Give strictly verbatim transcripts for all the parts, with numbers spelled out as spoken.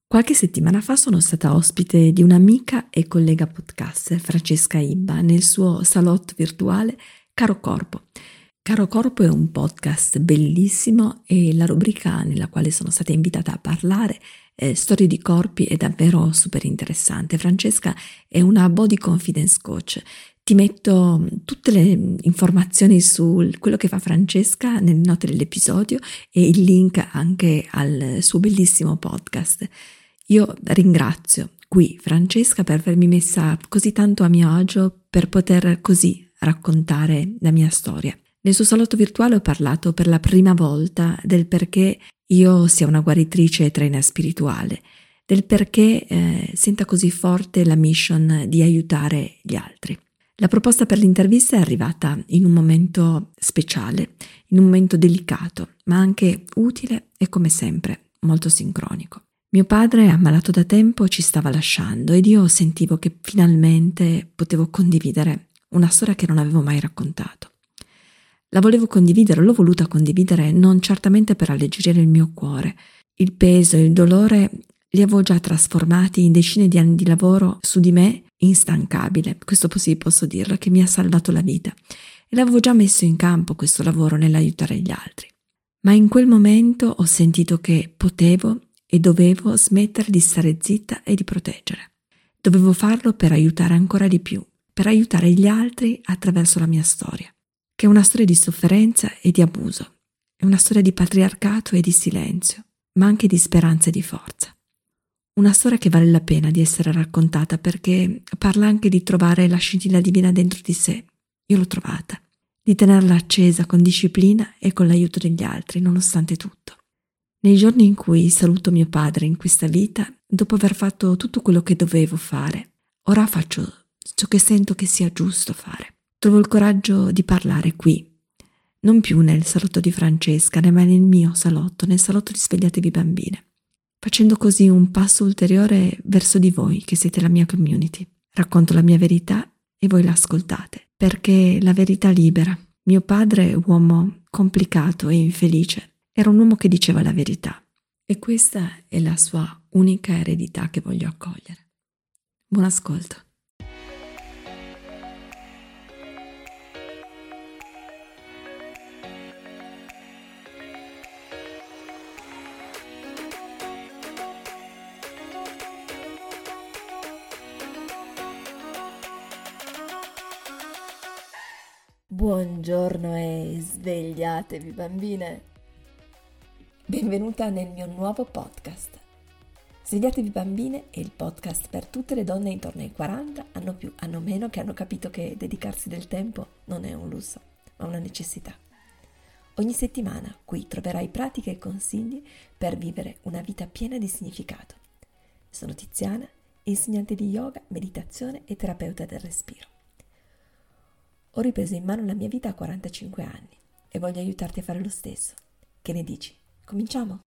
Qualche settimana fa sono stata ospite di un'amica e collega podcaster, Francesca Ibba, nel suo salotto virtuale Caro Corpo. Caro Corpo è un podcast bellissimo e la rubrica nella quale sono stata invitata a parlare, eh, storie di corpi, è davvero super interessante. Francesca è una body confidence coach. Ti metto tutte le informazioni su quello che fa Francesca nelle note dell'episodio e il link anche al suo bellissimo podcast. Io ringrazio qui Francesca per avermi messa così tanto a mio agio per poter così raccontare la mia storia. Nel suo salotto virtuale ho parlato per la prima volta del perché io sia una guaritrice e trainer spirituale, del perché eh, senta così forte la mission di aiutare gli altri. La proposta per l'intervista è arrivata in un momento speciale, in un momento delicato, ma anche utile e come sempre molto sincronico. Mio padre, ammalato da tempo, ci stava lasciando ed io sentivo che finalmente potevo condividere una storia che non avevo mai raccontato. La volevo condividere, l'ho voluta condividere non certamente per alleggerire il mio cuore. Il peso e il dolore li avevo già trasformati in decine di anni di lavoro su di me instancabile, questo sì posso dirlo, che mi ha salvato la vita. E l'avevo già messo in campo questo lavoro nell'aiutare gli altri. Ma in quel momento ho sentito che potevo e dovevo smettere di stare zitta e di proteggere. Dovevo farlo per aiutare ancora di più, per aiutare gli altri attraverso la mia storia, che è una storia di sofferenza e di abuso, è una storia di patriarcato e di silenzio, ma anche di speranza e di forza. Una storia che vale la pena di essere raccontata perché parla anche di trovare la scintilla divina dentro di sé. Io l'ho trovata, di tenerla accesa con disciplina e con l'aiuto degli altri, nonostante tutto. Nei giorni in cui saluto mio padre in questa vita, dopo aver fatto tutto quello che dovevo fare, ora faccio ciò che sento che sia giusto fare. Trovo il coraggio di parlare qui, non più nel salotto di Francesca, ma nel mio salotto, nel salotto di Svegliatevi Bambine, facendo così un passo ulteriore verso di voi che siete la mia community. Racconto la mia verità e voi l'ascoltate, perché la verità libera. Mio padre, uomo complicato e infelice, era un uomo che diceva la verità e questa è la sua unica eredità che voglio accogliere. Buon ascolto. Buongiorno e svegliatevi bambine! Benvenuta nel mio nuovo podcast. Svegliatevi Bambine è il podcast per tutte le donne intorno ai quaranta, hanno più, hanno meno, che hanno capito che dedicarsi del tempo non è un lusso, ma una necessità. Ogni settimana qui troverai pratiche e consigli per vivere una vita piena di significato. Sono Tiziana, insegnante di yoga, meditazione e terapeuta del respiro. Ho ripreso in mano la mia vita a quarantacinque anni e voglio aiutarti a fare lo stesso. Che ne dici? Cominciamo?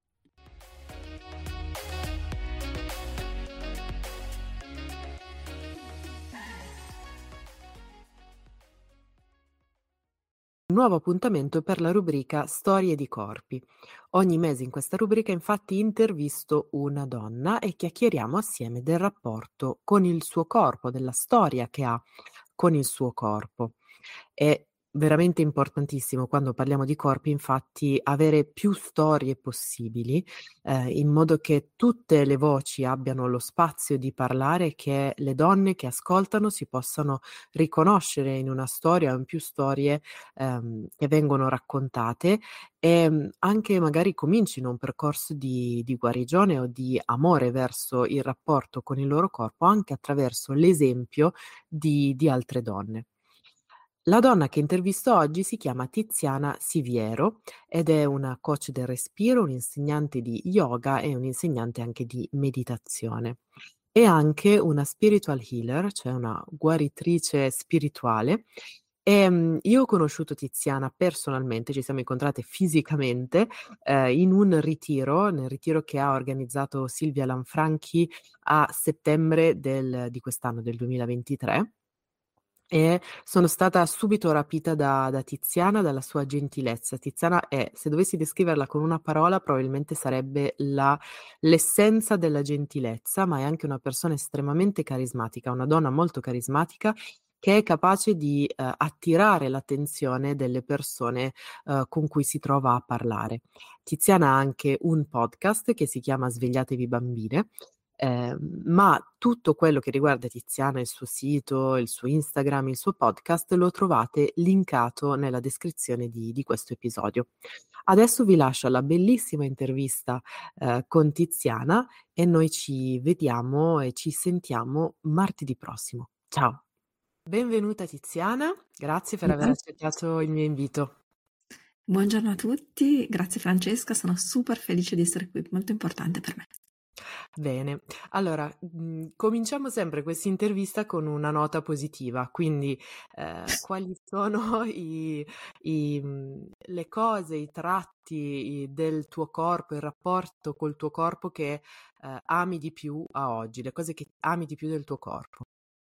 Un nuovo appuntamento per la rubrica Storie di corpi. Ogni mese in questa rubrica infatti intervisto una donna e chiacchieriamo assieme del rapporto con il suo corpo, della storia che ha con il suo corpo. È veramente importantissimo quando parliamo di corpi, infatti, avere più storie possibili, eh, in modo che tutte le voci abbiano lo spazio di parlare e che le donne che ascoltano si possano riconoscere in una storia o in più storie ehm, che vengono raccontate e mh, anche magari comincino un percorso di, di guarigione o di amore verso il rapporto con il loro corpo anche attraverso l'esempio di, di altre donne. La donna che intervisto oggi si chiama Tiziana Siviero ed è una coach del respiro, un'insegnante di yoga e un'insegnante anche di meditazione. È anche una spiritual healer, cioè una guaritrice spirituale. E, mh, io ho conosciuto Tiziana personalmente, ci siamo incontrate fisicamente eh, in un ritiro, nel ritiro che ha organizzato Silvia Lanfranchi a settembre del- di quest'anno, del duemilaventitré. e sono stata subito rapita da da Tiziana, dalla sua gentilezza. Tiziana è, se dovessi descriverla con una parola, probabilmente sarebbe la l'essenza della gentilezza, ma è anche una persona estremamente carismatica, una donna molto carismatica che è capace di, ehm, attirare l'attenzione delle persone, uhm, con cui si trova a parlare. Tiziana ha anche un podcast che si chiama Svegliatevi bambine, ehm, ma tutto quello che riguarda Tiziana, il suo sito, il suo Instagram, il suo podcast, lo trovate linkato nella descrizione di di questo episodio. Adesso vi lascio alla bellissima intervista, ehm, con Tiziana e noi ci vediamo e ci sentiamo martedì prossimo. Ciao. Benvenuta Tiziana, grazie per aver accettato il mio invito. Buongiorno a tutti, grazie Francesca, sono super felice di essere qui, molto importante per me. Bene, allora, mhmm, cominciamo sempre questa intervista con una nota positiva, quindi, ehm, quali sono i i mhmm, le cose, i tratti i del tuo corpo, il rapporto col tuo corpo che, ehm, ami di più a oggi, le cose che ami di più del tuo corpo?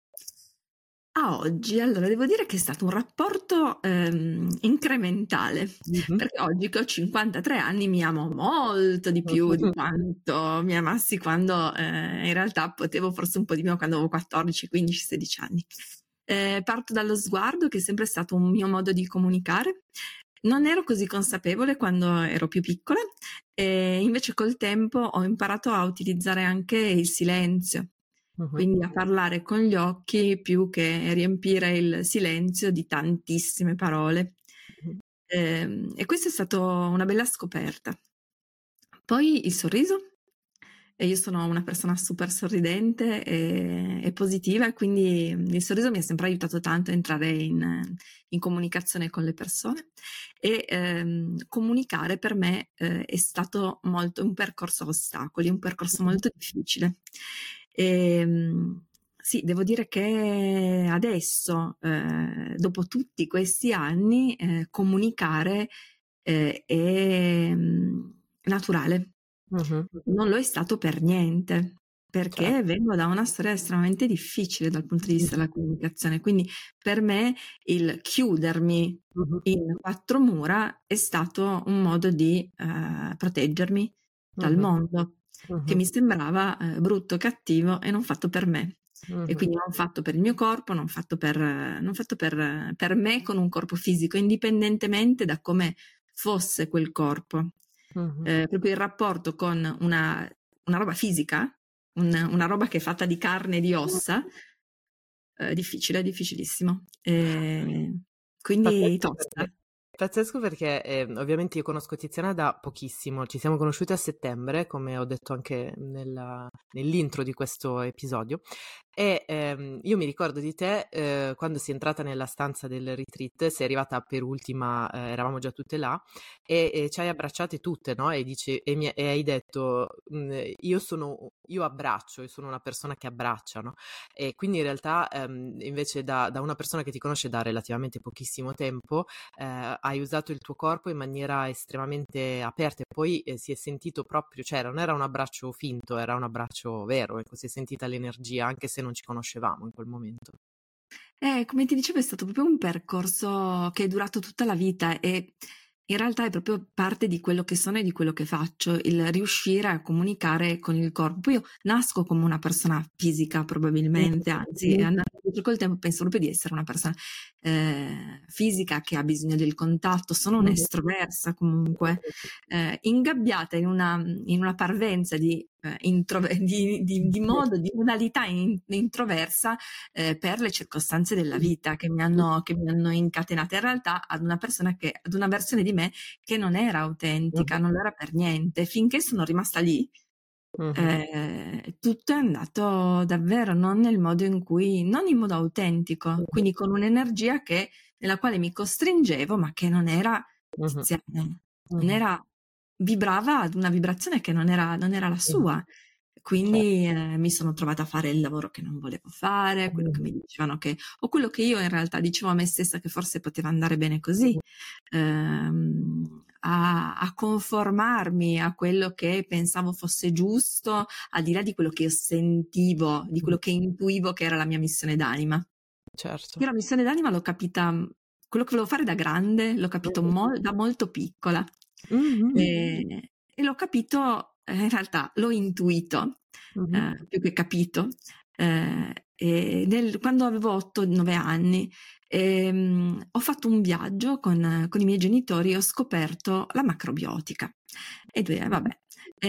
A oggi, allora devo dire che è stato un rapporto, ehm, incrementale, Mh-mh. perché oggi che ho cinquantatré anni mi amo molto di più di quanto mi amassi quando, ehm, in realtà potevo forse un po' di meno quando avevo quattordici, quindici, sedici anni. Ehm, parto dallo sguardo che è sempre stato un mio modo di comunicare. Non ero così consapevole quando ero più piccola, e invece col tempo ho imparato a utilizzare anche il silenzio. Mh-mh. Quindi a parlare con gli occhi più che riempire il silenzio di tantissime parole. Mh-mh. Ehm, e questa è stato una bella scoperta. Poi il sorriso, e io sono una persona super sorridente e, e positiva, e quindi il sorriso mi ha sempre aiutato tanto a entrare in, in comunicazione con le persone, e ehm, comunicare per me eh, è stato molto un percorso a ostacoli, un percorso Mh-mh. molto difficile. E, sì, devo dire che adesso, eh, dopo tutti questi anni, eh, comunicare eh, è mm, naturale. Mh-mh. Non lo è stato per niente, Cer perché vengo da una storia estremamente difficile dal punto di vista Mh-mh. della comunicazione, quindi per me il chiudermi Mh-mh. in quattro mura è stato un modo di, ehm, proteggermi dal Mh-mh. mondo, che Mh-mh. mi sembrava, ehm, brutto, cattivo e non fatto per me. E Mh-mh. quindi non fatto per il mio corpo, non fatto per non fatto per per me con un corpo fisico, indipendentemente da come fosse quel corpo. Mh-mh. Ehm, proprio il rapporto con una una roba fisica, un una roba che è fatta di carne e di ossa, ehm, difficile, difficilissimo. Ehm, quindi Pazzesco tosta. perché pazzesco perché, ehm, ovviamente io conosco Tiziana da pochissimo, ci siamo conosciute a settembre, come ho detto anche nella nell'intro di questo episodio, e, ehm, io mi ricordo di te, ehm, quando sei entrata nella stanza del retreat, sei arrivata per ultima, ehm, eravamo già tutte là, e e ci hai abbracciate tutte, no, e dici e mi e hai detto, mhmm: "Io sono io abbraccio, io sono una persona che abbraccia", no, e quindi in realtà, ehm, invece da da una persona che ti conosce da relativamente pochissimo tempo, ehm, hai usato il tuo corpo in maniera estremamente aperta, e poi, ehm, si è sentito proprio, cioè non era un abbraccio finto, era un abbraccio vero, ecco, si è sentita l'energia, anche se non ci conoscevamo in quel momento. Eh, come ti dicevo, è stato proprio un percorso che è durato tutta la vita, e in realtà è proprio parte di quello che sono e di quello che faccio, il riuscire a comunicare con il corpo. Poi io nasco come una persona fisica, probabilmente, anzi, Mh-mh. andando dietro col tempo penso proprio di essere una persona eh, fisica che ha bisogno del contatto, sono Mh-mh. un'estroversa comunque, eh, ingabbiata in una, in una parvenza di, eh, introve- di, di- di modo, di modalità in- introversa, eh, per le circostanze della vita che mi hanno, che mi hanno incatenata in realtà ad una persona che, ad una versione di me che non era autentica, Mh-mh. non lo era per niente. Finché sono rimasta lì, Mh-mh. eh, tutto è andato davvero non nel modo in cui, non in modo autentico, Mh-mh. quindi con un'energia che, nella quale mi costringevo, ma che non era Mh-mh. tiziana, non Mh-mh. era, vibrava ad una vibrazione che non era, non era la Mh-mh. sua. Cer Quindi eh, mi sono trovata a fare il lavoro che non volevo fare, quello che Mh-mh. mi dicevano che, o quello che io in realtà dicevo a me stessa che forse poteva andare bene così, Mh-mh. ehm, a, a conformarmi a quello che pensavo fosse giusto, al di là di quello che io sentivo, di Mh-mh. quello che intuivo che era la mia missione d'anima. certo. Io la missione d'anima l'ho capita, quello che volevo fare da grande, l'ho capito Mh-mh. mol- da molto piccola. Mh-mh. E, e l'ho capito, eh, in realtà l'ho intuito, Mh-mh. eh, più che capito, eh, e nel- quando avevo otto nove anni. ehm, ho fatto un viaggio con, con i miei genitori e ho scoperto la macrobiotica. E due, eh, vabbè.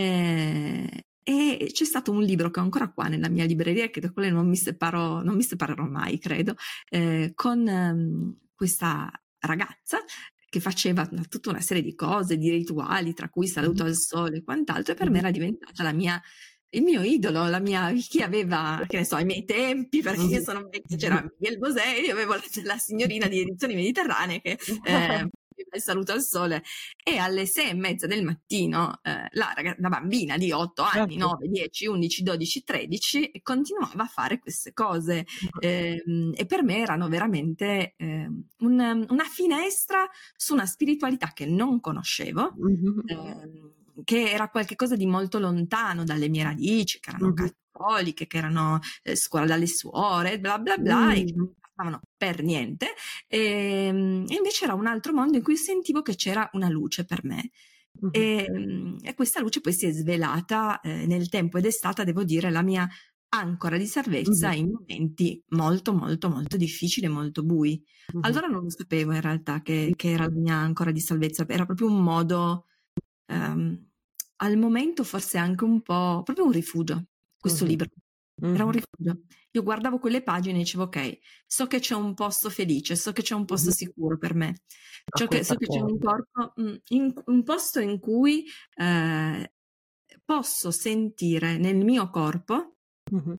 Eh, e c'è stato un libro che ho ancora qua nella mia libreria, che da quelle non mi separo, non mi separerò mai, credo, eh, con ehm, questa ragazza che faceva una- tutta una serie di cose, di rituali, tra cui saluto al sole e quant'altro, e per me Mh-mh. era diventata la mia, il mio idolo, la mia, chi aveva, che ne so, ai miei tempi, perché io Mh-mh. sono vecchia, c'era Miguel Bosé, io avevo la, la signorina di Edizioni Mediterranee che eh, il saluto al sole, e alle sei e mezza del mattino eh, la, raga- la bambina di otto anni, Certo. nove, dieci, undici, dodici, tredici continuava a fare queste cose. Mh-mh. Ehm, e per me erano veramente ehm, un- una finestra su una spiritualità che non conoscevo, Mh-mh. ehm, che era qualcosa di molto lontano dalle mie radici, che erano Mh-mh. cattoliche, che erano eh, scuola dalle suore, bla bla bla, e che non Mh-mh. mi passavano per niente. E, e invece era un altro mondo in cui sentivo che c'era una luce per me. Mh-mh. E, e questa luce poi si è svelata eh, nel tempo, ed è stata, devo dire, la mia ancora di salvezza Mh-mh. in momenti molto molto molto difficili e molto bui. Mh-mh. Allora non lo sapevo in realtà che, che era la mia ancora di salvezza, era proprio un modo, ehm, al momento forse anche un po', proprio un rifugio, questo Mh-mh. libro. Era un Mh-mh. rifugio. Io guardavo quelle pagine e dicevo, ok, so che c'è un posto felice, so che c'è un posto Mh-mh. sicuro per me, A so cui che, so far che c'è un torno. corpo, mm, in- un posto in cui eh, posso sentire nel mio corpo Mh-mh.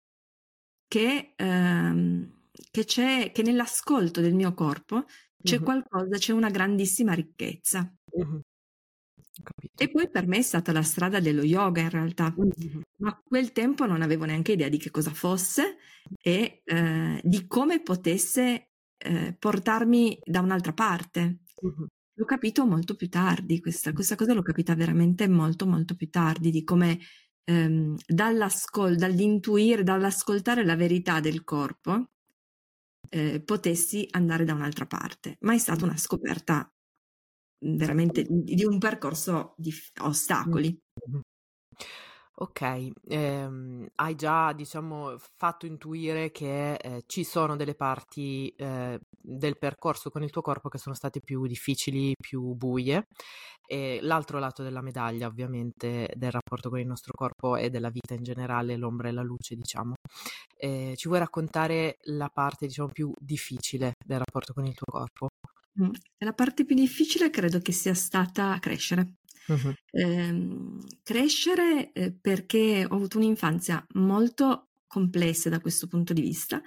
che, ehm, che c'è, che nell'ascolto del mio corpo c'è Mh-mh. qualcosa, c'è una grandissima ricchezza. Mh-mh. Ho capito. E poi per me è stata la strada dello yoga in realtà, Mh-mh. ma a quel tempo non avevo neanche idea di che cosa fosse e eh, di come potesse eh, portarmi da un'altra parte. Mh-mh. L'ho capito molto più tardi, questa, questa cosa l'ho capita veramente molto molto più tardi, di come ehm, dall'ascol- dall'intuire, dall'ascoltare la verità del corpo eh, potessi andare da un'altra parte. Ma è stata una scoperta mh, veramente Certamente. di di un percorso di f- Mh. ostacoli. Mh-mh. Okay, ehm, hai già diciamo fatto intuire che, ehm, ci sono delle parti, ehm, del percorso con il tuo corpo che sono state più difficili, più buie, e l'altro lato della medaglia ovviamente del rapporto con il nostro corpo e della vita in generale, l'ombra e la luce diciamo. Ehm, ci vuoi raccontare la parte diciamo più difficile del rapporto con il tuo corpo? Mm. E la parte più difficile credo che sia stata crescere. Mh-mh. Ehm, crescere eh, perché ho avuto un'infanzia molto complessa da questo punto di vista,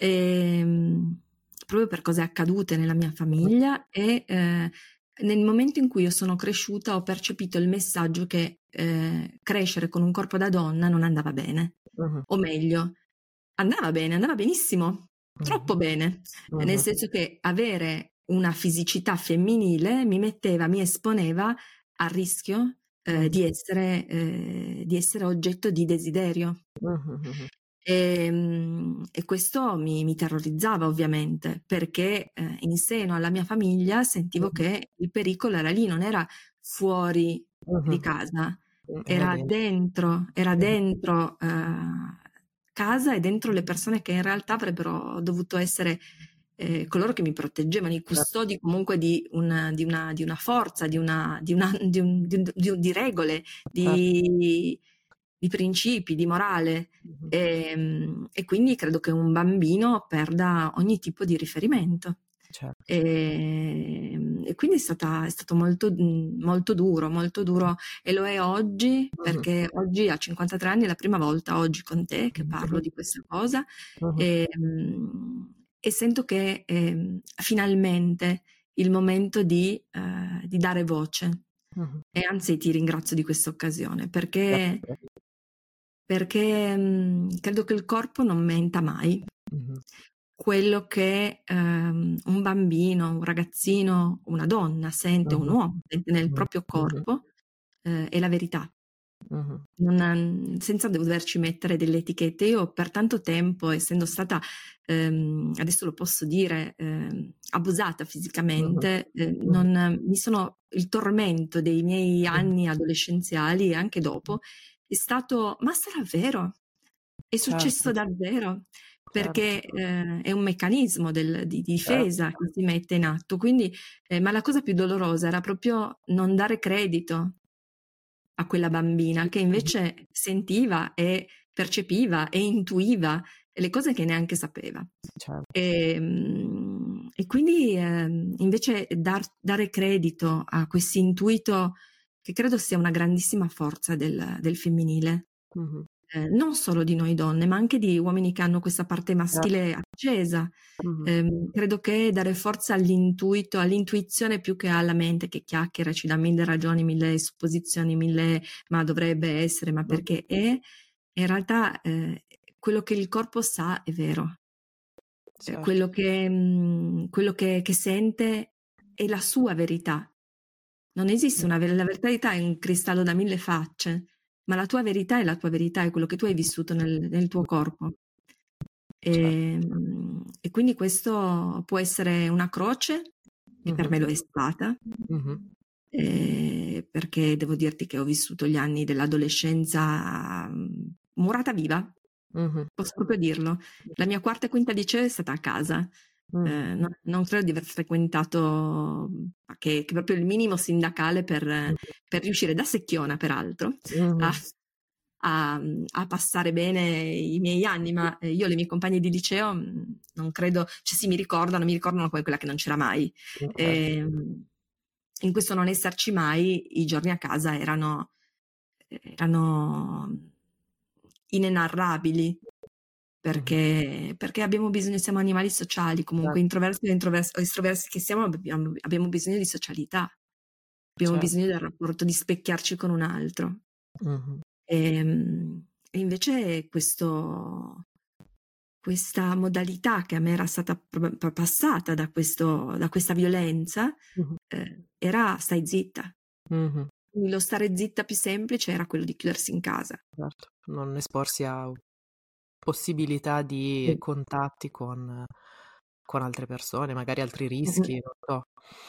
ehm, proprio per cose accadute nella mia Mh-mh. famiglia, e eh, nel momento in cui io sono cresciuta ho percepito il messaggio che eh, crescere con un corpo da donna non andava bene, Mh-mh. o meglio, andava bene, andava benissimo, Mh-mh. troppo bene, nel Mh-mh. senso che avere una fisicità femminile mi metteva, mi esponeva al rischio eh, Mh-mh. di essere, eh, di essere oggetto di desiderio. Mh-mh. Mh-mh. E, mm, e questo mi, mi terrorizzava ovviamente, perché eh, in seno alla mia famiglia sentivo Mh-mh. che il pericolo era lì, non era fuori di Mh-mh. casa, Mh, era era dentro. dentro, era Mh-mh. dentro eh, casa, e dentro le persone che in realtà avrebbero dovuto essere eh, coloro che mi proteggevano, i Certo. custodi comunque di una, di una, di una forza, di, una, di, una, di, un- di un- di un- di regole, Certo. di, di principi, di morale. Mh-mh. E, e quindi credo che un bambino perda ogni tipo di riferimento. Certo. E, e quindi è, stata, è stato molto, molto duro, molto duro, e lo è oggi, Mh-mh. perché oggi a cinquantatré anni è la prima volta oggi con te che parlo Mh-mh. di questa cosa, Mh-mh. e, e sento che è finalmente il momento di, eh, di dare voce. Mh-mh. E anzi ti ringrazio di questa occasione, perché, Grazie. perché mh, credo che il corpo non menta mai. Mh-mh. Quello che ehm, un bambino, un ragazzino, una donna sente, un Mh-mh. uomo sente nel Mh. proprio Mh-mh. corpo eh, è la verità. Mh-mh. Non, senza doverci mettere delle etichette. Io per tanto tempo, essendo stata, ehm, adesso lo posso dire, ehm, abusata Mh-mh. fisicamente, eh, Mh-mh. non mi sono, il tormento dei miei Mh-mh. anni adolescenziali e anche Mh-mh. dopo è stato: ma sarà vero? È successo Certo, davvero? certo, Perché eh, è un meccanismo del- di di certo. difesa che si mette in atto. Quindi, eh, ma la cosa più dolorosa era proprio non dare credito a quella bambina che Mh-mh. invece sentiva e percepiva e intuiva le cose che neanche sapeva. Certo. E, mm, e quindi ehm, invece dar- dare credito a questo intuito, che credo sia una grandissima forza del, del femminile, Mh-mh. eh, non solo di noi donne, ma anche di uomini che hanno questa parte Certo. maschile accesa. Mh-mh. Ehm, credo che dare forza all'intuito, all'intuizione più che alla mente che chiacchiera, ci dà mille ragioni, mille supposizioni, mille ma dovrebbe essere, ma Mh. perché è, in realtà eh, quello che il corpo sa è vero. Eh, Certo. quello che, mh, quello che, che sente è la sua verità. Non esiste una ver- la verità è un cristallo da mille facce, ma la tua verità è la tua verità, è quello che tu hai vissuto nel, nel tuo Mh. corpo. Certo. E, mm, e quindi questo può essere una croce, e per Mh-mh. me lo è stata, Mh-mh. eh, perché devo dirti che ho vissuto gli anni dell'adolescenza mm, murata viva, Mh-mh. posso proprio dirlo. La mia quarta e quinta liceo è stata a casa. Mh. Eh, non, non credo di aver frequentato ma che, che proprio il minimo sindacale per, Mh-mh. per riuscire da secchiona, peraltro, a, Mh-mh. a- a passare bene i miei anni, ma eh, io le mie compagne di liceo mh, non credo, cioè sì, mi ricordano, mi ricordano come quella che non c'era mai. Okay. Ehm, in questo non esserci mai, i giorni a casa erano, erano inenarrabili, Mh-mh. perché, perché abbiamo bisogno, siamo animali sociali, comunque Certo, introversi o introversi, o estroversi che siamo, abbiamo, abbiamo bisogno di socialità, abbiamo certo. bisogno del rapporto, di specchiarci con un altro. Mh-mh. E, e invece questo, questa modalità che a me era stata pro- pro- passata da, questo, da questa violenza Mh-mh. eh, era stai zitta. Mh-mh. Quindi lo stare zitta più semplice era quello di chiudersi in casa. Certo. Non esporsi a possibilità di Sì. contatti con con altre persone, magari altri rischi, Mhm. non so.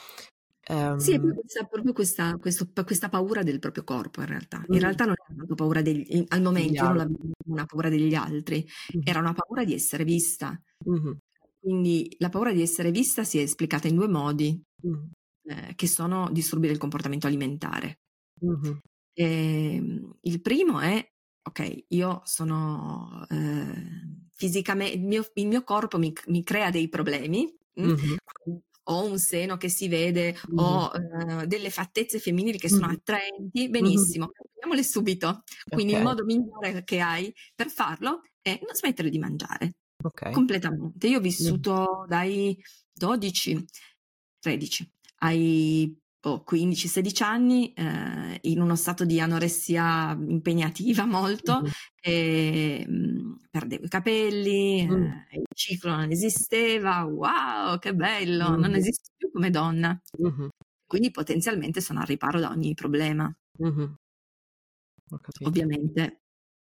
Sì, è Ehm, proprio questa, proprio questa, questo- questa paura del proprio corpo, in realtà. In mh, realtà non era tanto paura degli, al degli momento io non altri. l'avevo una paura degli altri, Mh-mh. era una paura di essere vista. Mh-mh. Quindi la paura di essere vista si è esplicata in due modi, Mh. eh, che sono disturbi del comportamento alimentare. Mh-mh. Ehm, il primo è, ok, io sono eh, fisicamente, il mio, il mio corpo mi, mi crea dei problemi. mm? Mh-mh. Ho un seno che si vede, Mh-mh. ho eh, delle fattezze femminili che sono Mh-mh. attraenti, Mh-mh. benissimo, capiamole subito. Quindi il Okay, modo migliore che hai per farlo è non smettere di mangiare okay. completamente. Io ho Mh. vissuto dai dodici, tredici ai boh, quindici sedici anni eh, in uno stato di anoressia impegnativa molto, Mh-mh. e, mh, perdevo i capelli, Mh. eh, il ciclo non esisteva, wow, che bello, non Mh-mh. esisto più come donna. Mh-mh. Quindi potenzialmente sono al riparo da ogni problema. Mh-mh. Ho capito. Ovviamente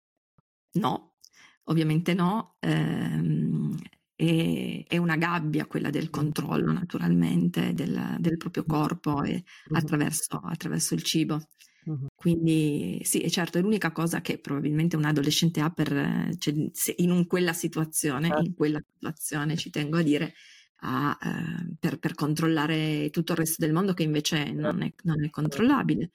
no, ovviamente no, ehm, e- è una gabbia quella del Mh. controllo naturalmente del, del proprio Mh. corpo e Mh-mh. attraverso, attraverso il cibo. Mh-mh. Quindi sì, è certo, è l'unica cosa che probabilmente un adolescente ha per, eh, cioè, se in un- quella situazione, Certo. in quella situazione ci tengo a dire, a, eh, per, per controllare tutto il resto del mondo che invece non è, non è controllabile.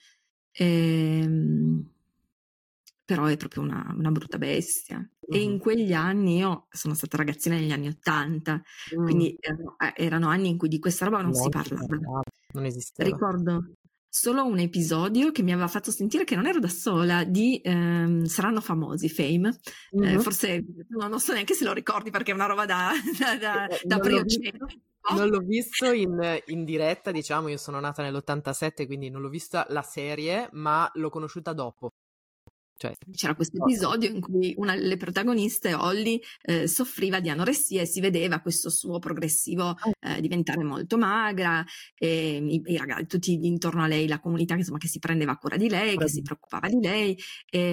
Ehm, però è proprio una, una brutta bestia. E Mh-mh. in quegli anni, io sono stata ragazzina negli anni Ottanta, Mh. quindi erano, eh, erano anni in cui di questa roba non si Non si parlava. parlava, non esisteva. Ricordo solo un episodio che mi aveva fatto sentire che non ero da sola, di ehm, Saranno famosi, Fame. Eh, Mh-mh. forse no, non so neanche se lo ricordi perché è una roba da, da, da, Eh, da non l'ho pre-oceano. visto non l'ho visto in in diretta, diciamo, io sono nata nell'ottantasette, quindi non l'ho vista la serie, ma l'ho conosciuta dopo. Cioè, c'era questo episodio in cui una delle protagoniste, Holly, eh, soffriva di anoressia e si vedeva questo suo progressivo eh, diventare molto magra, e i, i ragazzi, tutti intorno a lei, la comunità insomma, che si prendeva cura di lei, che si preoccupava di lei. E,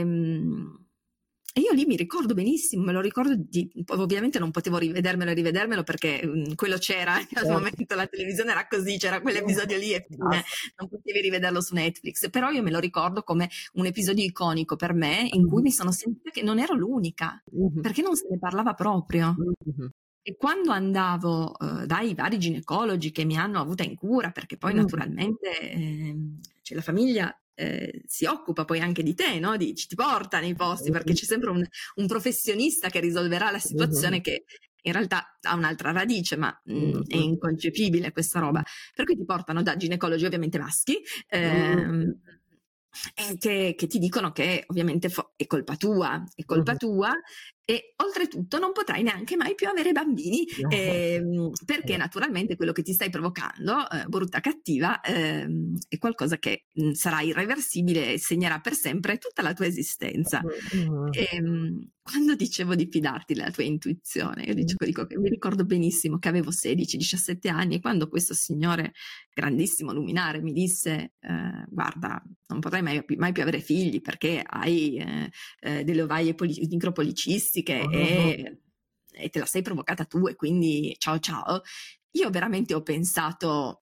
e io lì mi ricordo benissimo, me lo ricordo, di, ovviamente non potevo rivedermelo e rivedermelo perché mh, quello c'era, certo. Al momento la televisione era così, c'era quell'episodio lì e fine, non potevi rivederlo su Netflix, però io me lo ricordo come un episodio iconico per me in cui mi sono sentita che non ero l'unica, uh-huh. perché non se ne parlava proprio. Uh-huh. E quando andavo uh, dai vari ginecologi che mi hanno avuta in cura, perché poi uh-huh. naturalmente eh, c'è la famiglia, Eh, si occupa poi anche di te, no? Di, ci ti porta nei posti, perché c'è sempre un, un professionista che risolverà la situazione, che in realtà ha un'altra radice, ma mh, è inconcepibile questa roba. Per cui ti portano da ginecologi ovviamente maschi, ehm, e che, che ti dicono che ovviamente fo- è colpa tua, è colpa uh-huh. tua, e oltretutto non potrai neanche mai più avere bambini, ehm, perché naturalmente quello che ti stai provocando, eh, brutta cattiva, ehm, è qualcosa che mh, sarà irreversibile e segnerà per sempre tutta la tua esistenza. Uh-huh. E, mh, quando dicevo di fidarti della tua intuizione, io dicevo, dico che mi ricordo benissimo che avevo sedici diciassette anni, e quando questo signore, grandissimo luminare, mi disse eh, guarda, non potrai mai, mai più avere figli perché hai eh, eh, delle ovaie poli- micropolicistiche uh-huh. e, e te la sei provocata tu, e quindi ciao ciao, io veramente ho pensato,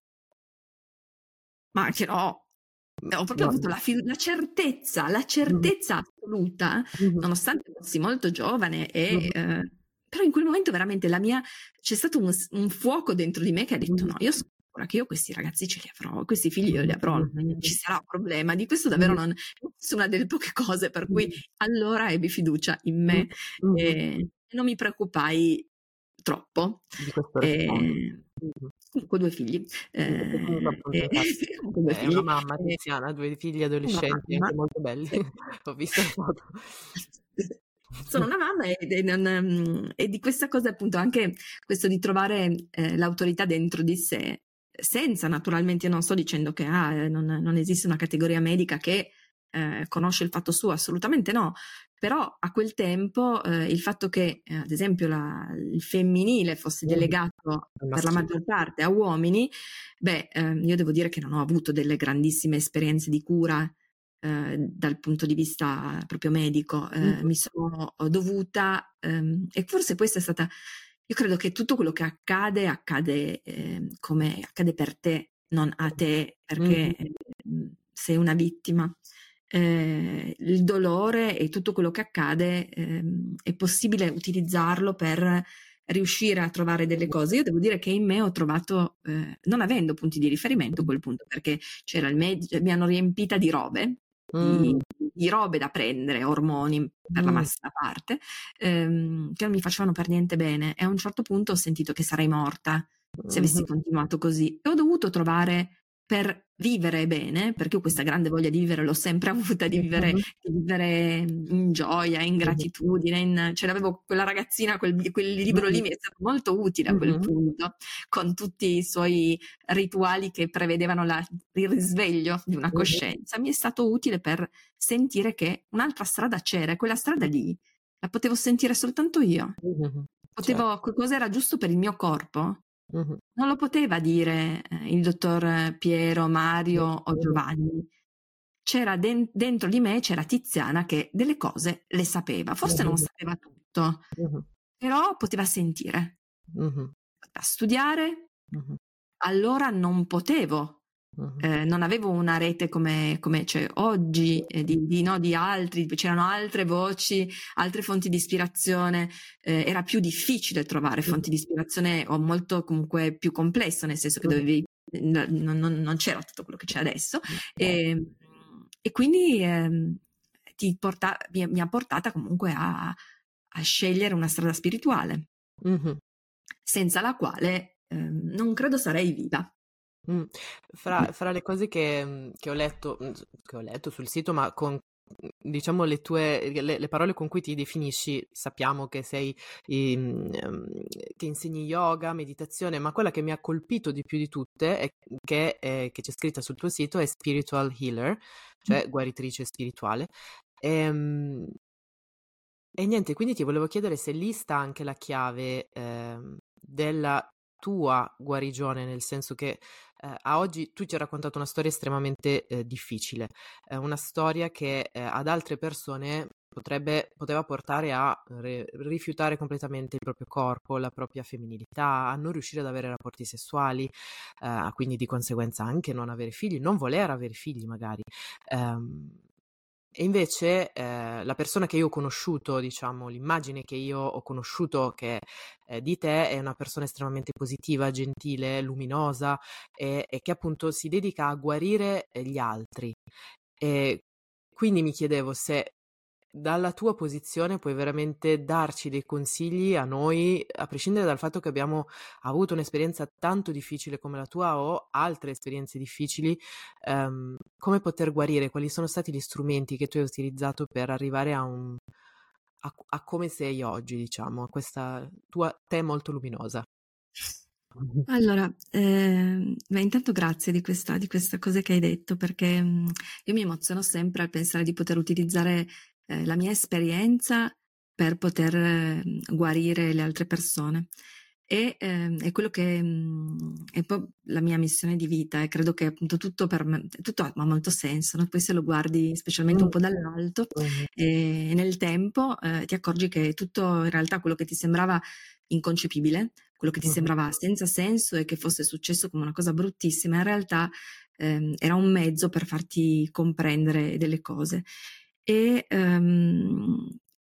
ma che no, ho proprio no. avuto la, fi- la certezza, la certezza uh-huh. assoluta, uh-huh. nonostante fossi molto giovane, e uh-huh. eh, però in quel momento veramente la mia, c'è stato un, un fuoco dentro di me che ha detto uh-huh. no, io sono sicura che io questi ragazzi ce li avrò, questi figli io li avrò, non ci sarà problema, di questo davvero non è una delle poche cose per cui allora ebbi fiducia in me uh-huh. e non mi preoccupai troppo. E, comunque due figli, eh, eh, due figli. È una mamma Tiziana, due figli adolescenti anche molto belli. Sì. Ho visto le foto. Sono una mamma e, e, non, e di questa cosa appunto anche questo di trovare eh, l'autorità dentro di sé, senza naturalmente, io non sto dicendo che ah, non, non esiste una categoria medica che eh, conosce il fatto suo, assolutamente no, però a quel tempo eh, il fatto che eh, ad esempio la, il femminile fosse delegato per la maggior parte a uomini, beh eh, io devo dire che non ho avuto delle grandissime esperienze di cura eh, dal punto di vista proprio medico, eh, mm. mi sono dovuta ehm, e forse questa è stata, io credo che tutto quello che accade accade eh, come accade per te, non a te, perché mm. eh, sei una vittima. Eh, il dolore e tutto quello che accade eh, è possibile utilizzarlo per riuscire a trovare delle cose. Io devo dire che in me ho trovato, eh, non avendo punti di riferimento a quel punto, perché c'era il medico, mi hanno riempita di robe, mm. di, di robe da prendere, ormoni per mm. la massima parte, ehm, che non mi facevano per niente bene, e a un certo punto ho sentito che sarei morta se avessi mm. continuato così, e ho dovuto trovare, per vivere bene, perché io questa grande voglia di vivere l'ho sempre avuta, di vivere, mm-hmm. di vivere in gioia, in gratitudine, in, ce l'avevo quella ragazzina, quel, quel libro lì mi è stato molto utile a quel mm-hmm. punto, con tutti i suoi rituali che prevedevano la, il risveglio di una coscienza, mm-hmm. mi è stato utile per sentire che un'altra strada c'era, e quella strada lì la potevo sentire soltanto io, mm-hmm. potevo, certo. Cosa era giusto per il mio corpo Uh-huh. non lo poteva dire eh, il dottor Piero, Mario uh-huh. o Giovanni. C'era den- dentro di me c'era Tiziana che delle cose le sapeva, forse uh-huh. non sapeva tutto, uh-huh. però poteva sentire, uh-huh. poteva studiare. Uh-huh. Allora non potevo, uh-huh. eh, non avevo una rete come, come c'è oggi, eh, di, di, no, di altri, c'erano altre voci, altre fonti di ispirazione, eh, era più difficile trovare fonti di ispirazione, o molto comunque più complesso, nel senso che dovevi, non, non, non c'era tutto quello che c'è adesso, e, e quindi eh, ti porta, mi, mi ha portata comunque a, a scegliere una strada spirituale, uh-huh. senza la quale eh, non credo sarei viva. Mm. Fra, fra le cose che, che ho letto che ho letto sul sito, ma con diciamo le tue le, le parole con cui ti definisci, sappiamo che sei um, che insegni yoga, meditazione, ma quella che mi ha colpito di più di tutte è che, è, che c'è scritta sul tuo sito è spiritual healer, cioè guaritrice spirituale. Ehm, e niente, quindi ti volevo chiedere se lì sta anche la chiave ehm, della tua guarigione, nel senso che eh, a oggi tu ci hai raccontato una storia estremamente eh, difficile, eh, una storia che eh, ad altre persone potrebbe, poteva portare a re- rifiutare completamente il proprio corpo, la propria femminilità, a non riuscire ad avere rapporti sessuali, eh, a quindi di conseguenza anche non avere figli, non voler avere figli magari. Ehm, e invece eh, la persona che io ho conosciuto, diciamo, l'immagine che io ho conosciuto che, eh, di te è una persona estremamente positiva, gentile, luminosa e, e che appunto si dedica a guarire eh, gli altri. E quindi mi chiedevo se dalla tua posizione puoi veramente darci dei consigli a noi, a prescindere dal fatto che abbiamo avuto un'esperienza tanto difficile come la tua o altre esperienze difficili, ehm, come poter guarire, quali sono stati gli strumenti che tu hai utilizzato per arrivare a un a, a come sei oggi, diciamo, a questa tua te molto luminosa. Allora, ehm, beh, intanto grazie di questa, di questa cosa che hai detto, perché mh, io mi emoziono sempre al pensare di poter utilizzare eh, la mia esperienza per poter eh, guarire le altre persone. E ehm, è quello che mh, è poi la mia missione di vita, e credo che appunto tutto per me, tutto ha molto senso, no? Poi se lo guardi specialmente un po' dall'alto Mhm. e nel tempo eh, ti accorgi che tutto in realtà quello che ti sembrava inconcepibile, quello che ti Mhm. sembrava senza senso e che fosse successo come una cosa bruttissima, in realtà ehm, era un mezzo per farti comprendere delle cose. E ehm,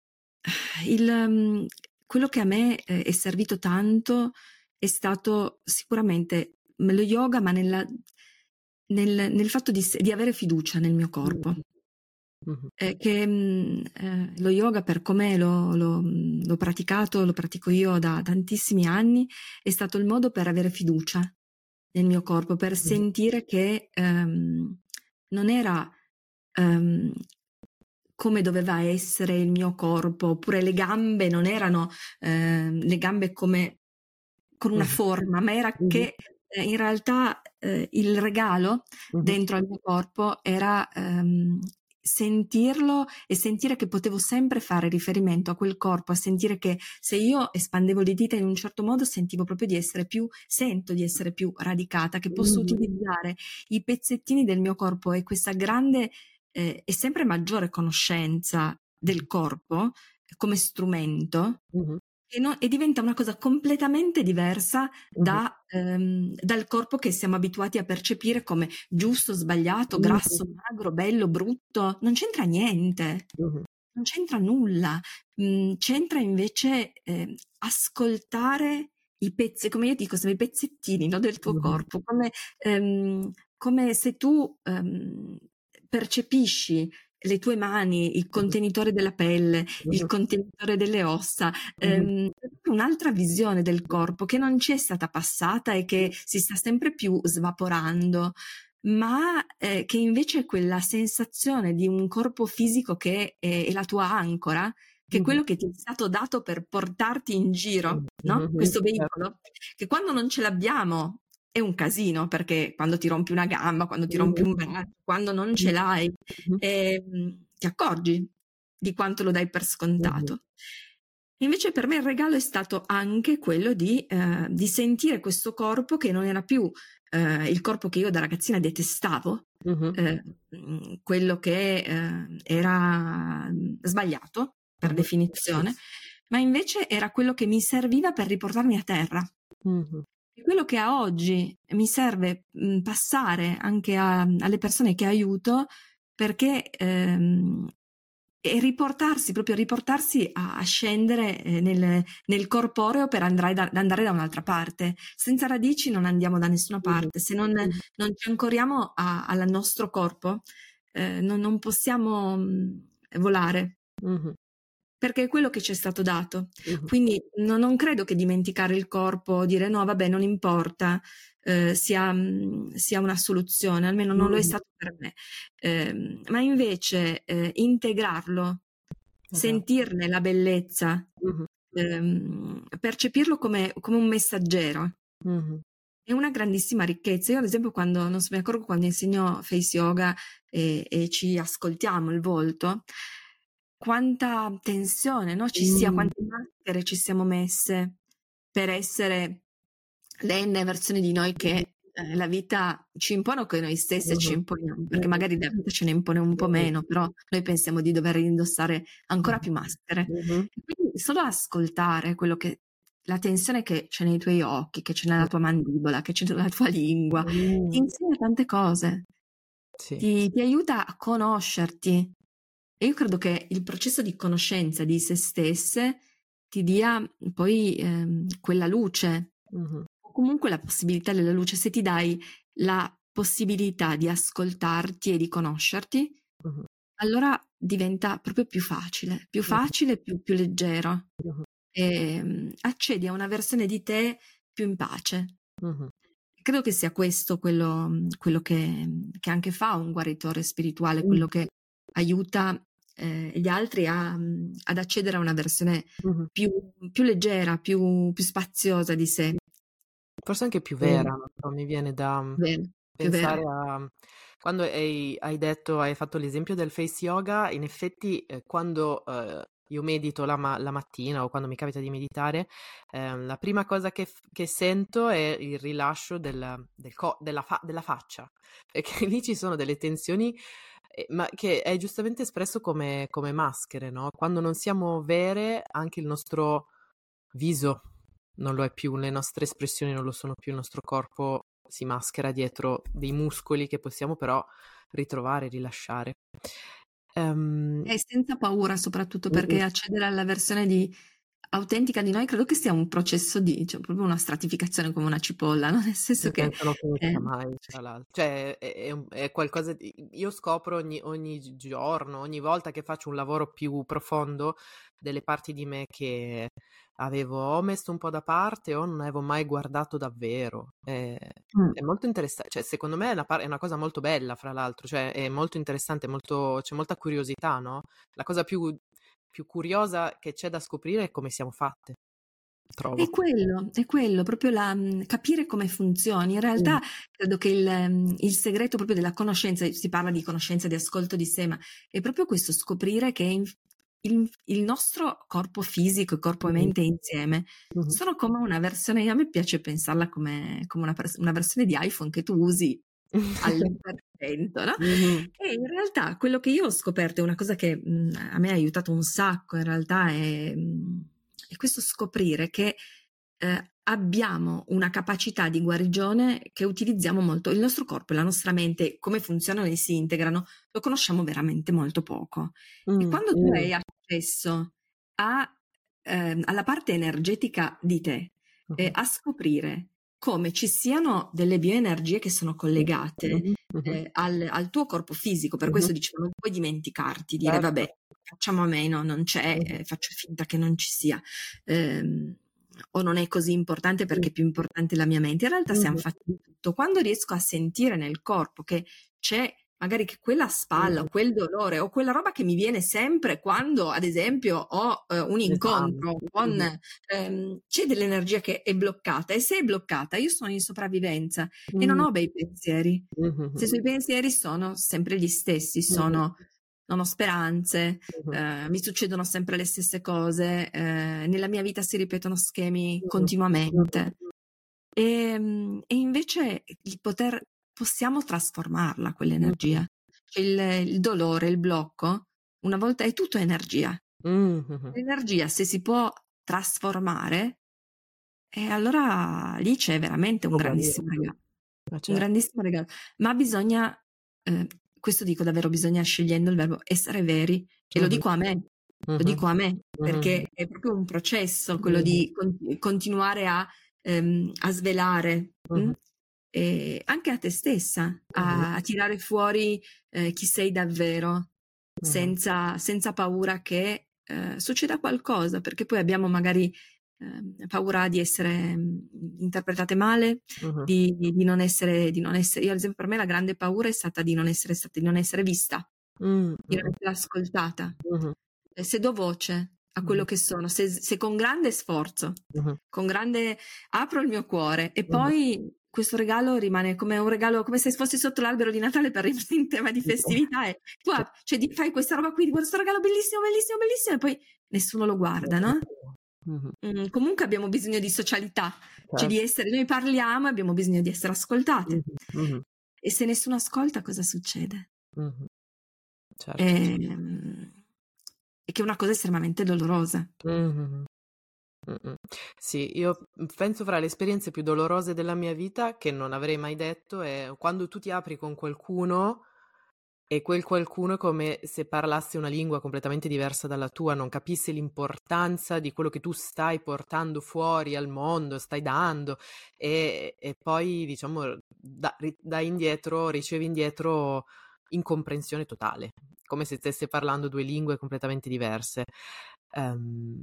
il, ehm, quello che a me eh, è servito tanto è stato sicuramente lo yoga, ma nella- nel, nel fatto di, di avere fiducia nel mio corpo. Mhm. Eh, che mh, eh, lo yoga, per come l'ho, l'ho- l'ho praticato, lo pratico io da tantissimi anni, è stato il modo per avere fiducia nel mio corpo, per Mhm. sentire che ehm, non era ehm, come doveva essere il mio corpo, oppure le gambe non erano ehm, le gambe come con una Mhm. forma, ma era Mhm. che eh, in realtà eh, il regalo Mhm. dentro al mio corpo era ehm, sentirlo e sentire che potevo sempre fare riferimento a quel corpo, a sentire che se io espandevo le dita in un certo modo sentivo proprio di essere più, sento di essere più radicata, che posso Mhm. utilizzare i pezzettini del mio corpo e questa grande eh, e sempre maggiore conoscenza del corpo come strumento Mhm. e, no- e diventa una cosa completamente diversa Mhm. da, ehm, dal corpo che siamo abituati a percepire come giusto, sbagliato, Mhm. grasso, magro, bello, brutto. Non c'entra niente, Mhm. non c'entra nulla. Mm, c'entra invece eh, ascoltare i pezzi, come io dico, sono i pezzettini, no, del tuo Mhm. corpo, come, ehm, come se tu ehm, percepisci le tue mani, il contenitore della pelle, il Mhm. contenitore delle ossa, Mhm. ehm, un'altra visione del corpo che non ci è stata passata e che si sta sempre più svaporando, ma eh, che invece è quella sensazione di un corpo fisico che è, è la tua ancora, che è Mhm. quello che ti è stato dato per portarti in giro, no? Mhm. Questo Certo. veicolo, che quando non ce l'abbiamo è un casino, perché quando ti rompi una gamba, quando ti rompi Mhm. un braccio, quando non ce Mhm. l'hai, Mhm. ehm, ti accorgi di quanto lo dai per Mhm. scontato. Invece per me il regalo è stato anche quello di, eh, di sentire questo corpo che non era più eh, il corpo che io da ragazzina detestavo, Mhm. eh, mh, quello che eh, era mh, sbagliato per Mhm. definizione, ma invece era quello che mi serviva per riportarmi a terra. Mhm. E quello che a oggi mi serve mh, passare anche a- alle persone che aiuto, perché ehm, e riportarsi, proprio riportarsi a, a scendere eh, nel, nel corporeo per andare da, andare da un'altra parte. Senza radici non andiamo da nessuna Mhm. parte. Se non, Mhm. non ci ancoriamo a- al nostro corpo, eh, non, non possiamo mh, volare. Mhm. Perché è quello che ci è stato dato. Mhm. Quindi no- non credo che dimenticare il corpo, dire no, vabbè, non importa, eh, sia, mh, sia una soluzione, almeno non lo è Mhm. stato per me. Ehm, ma invece eh, integrarlo, Esatto. sentirne la bellezza, Mhm. ehm, percepirlo come, come un messaggero. Mhm. È una grandissima ricchezza. Io, ad esempio, quando non so, mi accorgo quando insegno face yoga e, e ci ascoltiamo il volto, quanta tensione, no, ci sia, quante maschere ci siamo messe per essere le enne versioni di noi che eh, la vita ci impone o che noi stesse ci imponiamo, perché magari la vita ce ne impone un po' meno, però noi pensiamo di dover indossare ancora più maschere. E quindi solo ascoltare quello che, la tensione che c'è nei tuoi occhi, che c'è nella tua mandibola, che c'è nella tua lingua, ti insegna tante cose, Sì. ti, ti aiuta a conoscerti. E io credo che il processo di conoscenza di se stesse ti dia poi ehm, quella luce, Mhm. o comunque la possibilità della luce, se ti dai la possibilità di ascoltarti e di conoscerti, Mhm. allora diventa proprio più facile, più facile, più, più leggero. Mhm. E mm, accedi a una versione di te più in pace. Mhm. Credo che sia questo quello, quello che, che anche fa un guaritore spirituale, quello che aiuta eh, gli altri a, ad accedere a una versione Mhm. più, più leggera, più, più spaziosa di sé. Forse anche più Eh, vera, non so, mi viene da vero, più pensare vera. a quando hai, hai detto, hai fatto l'esempio del face yoga, in effetti eh, quando eh, io medito la, ma- la mattina o quando mi capita di meditare, ehm, la prima cosa che, f- che sento è il rilascio del- del co- della, fa- della faccia, perché lì ci sono delle tensioni, eh, ma che è giustamente espresso come, come maschere, no? Quando non siamo vere, anche il nostro viso non lo è più, le nostre espressioni non lo sono più, il nostro corpo si maschera dietro dei muscoli che possiamo però ritrovare, rilasciare. Ehm, E senza paura, soprattutto mm, mm, perché accedere alla versione di autentica di noi credo che sia un processo di, cioè, proprio una stratificazione come una cipolla, no? Nel senso che senza non finirà eh, mai, tra l'altro. Cioè, è, è un- è qualcosa di... Io scopro ogni, ogni giorno, ogni volta che faccio un lavoro più profondo, delle parti di me che avevo o messo un po' da parte o non avevo mai guardato davvero. È, mm. è molto interessante, cioè, secondo me è una, par- è una cosa molto bella, fra l'altro, cioè, è molto interessante, molto... c'è molta curiosità, no? La cosa più, più curiosa che c'è da scoprire è come siamo fatte, trovo. È quello, è quello, proprio la, mh, capire come funzioni. In Mm, realtà credo che il, mh, il segreto proprio della conoscenza, si parla di conoscenza, di ascolto di sé, ma è proprio questo, scoprire che in- il, il nostro corpo fisico e corpo e mm, mente insieme mm, sono come una versione, a me piace pensarla come, come una, pers- una versione di iPhone che tu usi all'uno per cento, no? mhm, E in realtà quello che io ho scoperto è una cosa che mh, a me ha aiutato un sacco, in realtà è, mh, è questo scoprire che eh, abbiamo una capacità di guarigione che utilizziamo molto. Il nostro corpo e la nostra mente, come funzionano e si integrano, lo conosciamo veramente molto poco. E mm, quando tu hai accesso a, ehm, alla parte energetica di te, eh, mhm, a scoprire come ci siano delle bioenergie che sono collegate mhm, mhm, eh, al, al tuo corpo fisico, per mhm, questo dicevo, non puoi dimenticarti, dire certo. vabbè, facciamo a meno, non c'è, Mhm, eh, faccio finta che non ci sia. Ehm, o non è così importante mm, perché è più importante la mia mente. In realtà siamo mhm, fatti di tutto. Quando riesco a sentire nel corpo che c'è magari che quella spalla o mhm, quel dolore o quella roba che mi viene sempre quando, ad esempio, ho eh, un esami. incontro con Mhm, ehm, c'è dell'energia che è bloccata e se è bloccata io sono in sopravvivenza e non mm, ho bei pensieri. mhm, Se i pensieri sono sempre gli stessi, mhm, sono non ho speranze, mhm, eh, mi succedono sempre le stesse cose, eh, nella mia vita si ripetono schemi mhm, continuamente. E, mm, e invece il poter, possiamo trasformarla mhm, quell'energia. Cioè il, il dolore, il blocco, una volta è tutto energia. mhm, mhm. L'energia, se si può trasformare, e allora lì c'è veramente un Può guarire. grandissimo regalo. Ma Un certo. grandissimo regalo. Ma bisogna, eh, questo dico davvero, bisogna, scegliendo il verbo, essere veri. E lo Mhm, dico a me, lo mhm, dico a me, mhm, perché è proprio un processo quello mhm, di con- continuare a, ehm, a svelare, mh? mhm, E anche a te stessa, mhm, a, a tirare fuori eh, chi sei davvero, mhm, senza, senza paura che eh, succeda qualcosa, perché poi abbiamo magari ehm, paura di essere mh, interpretate male, mhm, di, di- di non essere, di non essere, io ad esempio per me la grande paura è stata di non essere stata, di non essere vista, mm, di non mhm, essere ascoltata. mhm, E se do voce a quello mhm, che sono, se, se con grande sforzo, mhm, con grande apro il mio cuore e mhm, poi questo regalo rimane come un regalo, come se fossi sotto l'albero di Natale per rimanere in tema di festività, e tu Cioè cioè di fai questa roba qui, di questo regalo bellissimo, bellissimo, bellissimo, e poi nessuno lo guarda, no? Mh-mh. Mhmm, comunque abbiamo bisogno di socialità, cioè di Certo. essere noi parliamo e abbiamo bisogno di essere ascoltate. Mh-mh, mh-mh. E se nessuno ascolta cosa succede? Mh-mh. Certo. Ehm, e che è una cosa estremamente dolorosa. Mh-mh-mh. Mh-mh. Sì, io, mhmm, penso fra le esperienze più dolorose della mia vita, che non avrei mai detto, è quando tu ti apri con qualcuno e quel qualcuno è come se parlassi una lingua completamente diversa dalla tua, non capisse l'importanza di quello che tu stai portando fuori al mondo, stai dando, e e poi diciamo da ri dai indietro ricevi indietro incomprensione totale, come se stesse parlando due lingue completamente diverse. Ehm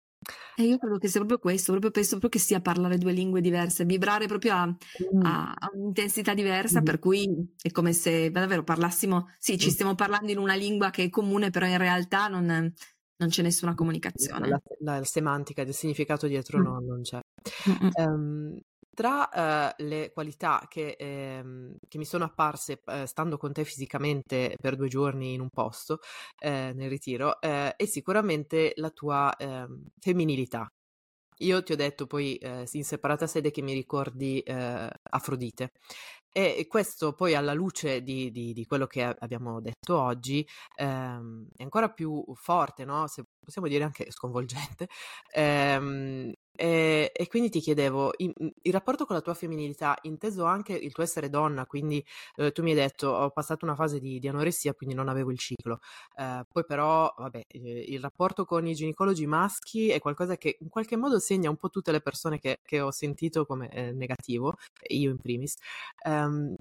E io credo che sia proprio questo, proprio penso proprio che sia parlare due lingue diverse, vibrare proprio a Mh. a a un'intensità diversa, Mh-mh. per cui è come se davvero parlassimo sì, ci Mh. stiamo parlando in una lingua che è comune, però in realtà non non c'è nessuna La comunicazione. la semantica del significato dietro Mh. no non c'è. Mh-mh. Ehm, tra, ehm, le qualità che ehm, che mi sono apparse, ehm, stando con te fisicamente per due giorni in un posto, ehm, nel ritiro, ehm, è sicuramente la tua, ehm, femminilità. Io ti ho detto poi, ehm, in separata sede che mi ricordi, ehm, Afrodite. E e questo poi alla luce di di di quello che a abbiamo detto oggi, ehm, è ancora più forte, no, se possiamo dire anche sconvolgente. Ehm, e e quindi ti chiedevo, in mhmm, il rapporto con la tua femminilità, inteso anche il tuo essere donna, quindi, uhm, tu mi hai detto: "Ho passato una fase di di anoressia, quindi non avevo il ciclo". Ehm, poi però, vabbè, ehm, il rapporto con i ginecologi maschi è qualcosa che in qualche modo segna un po' tutte le persone che che ho sentito come, ehm, negativo, io in primis. Ehm,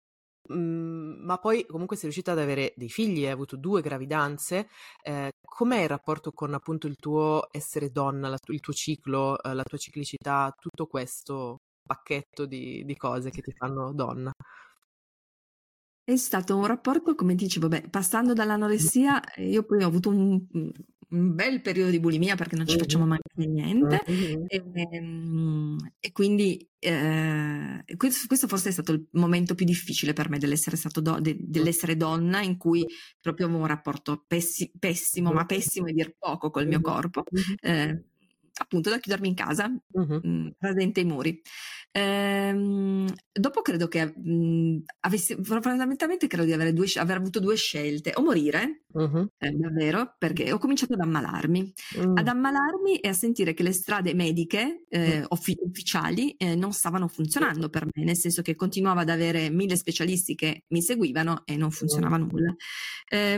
mhmm, ma poi comunque sei riuscita ad avere dei figli, hai avuto due gravidanze. Ehm, com'è il rapporto con appunto il tuo essere donna, la tu il tuo ciclo, ehm, la tua ciclicità, tutto questo pacchetto di di cose che ti fanno donna? È stato un rapporto, come dicevo, beh, passando Mh. dall'anoressia, ehm, io poi ho avuto un mhmm, un bel periodo di bulimia perché non ci Mh-mh. facciamo mancare niente, Mh-mh. ehm, e quindi, ehm, e ques questo forse è stato il momento più difficile per me dell'essere stato do de Mh. dell'essere donna, in cui proprio avevo un rapporto pessi pessimo, Mh-mh. ma pessimo è dir poco, col mio Mh-mh. corpo, Mh-mh. ehm, appunto da chiudermi in casa, Mh-mh. mhmm, rasente ai muri. Ehm, dopo credo che, mhmm, avessi fondamentalmente credo di avere due sce aver avuto due scelte: o morire, Mh-mh. ehm, davvero, perché ho cominciato ad ammalarmi. Ad Mh. ammalarmi e a sentire che le strade mediche, Mh. ehm, offi ufficiali, ehm, non stavano funzionando per me, nel senso che continuavo ad avere mille specialisti che mi seguivano e non Mh. funzionava nulla. Ehm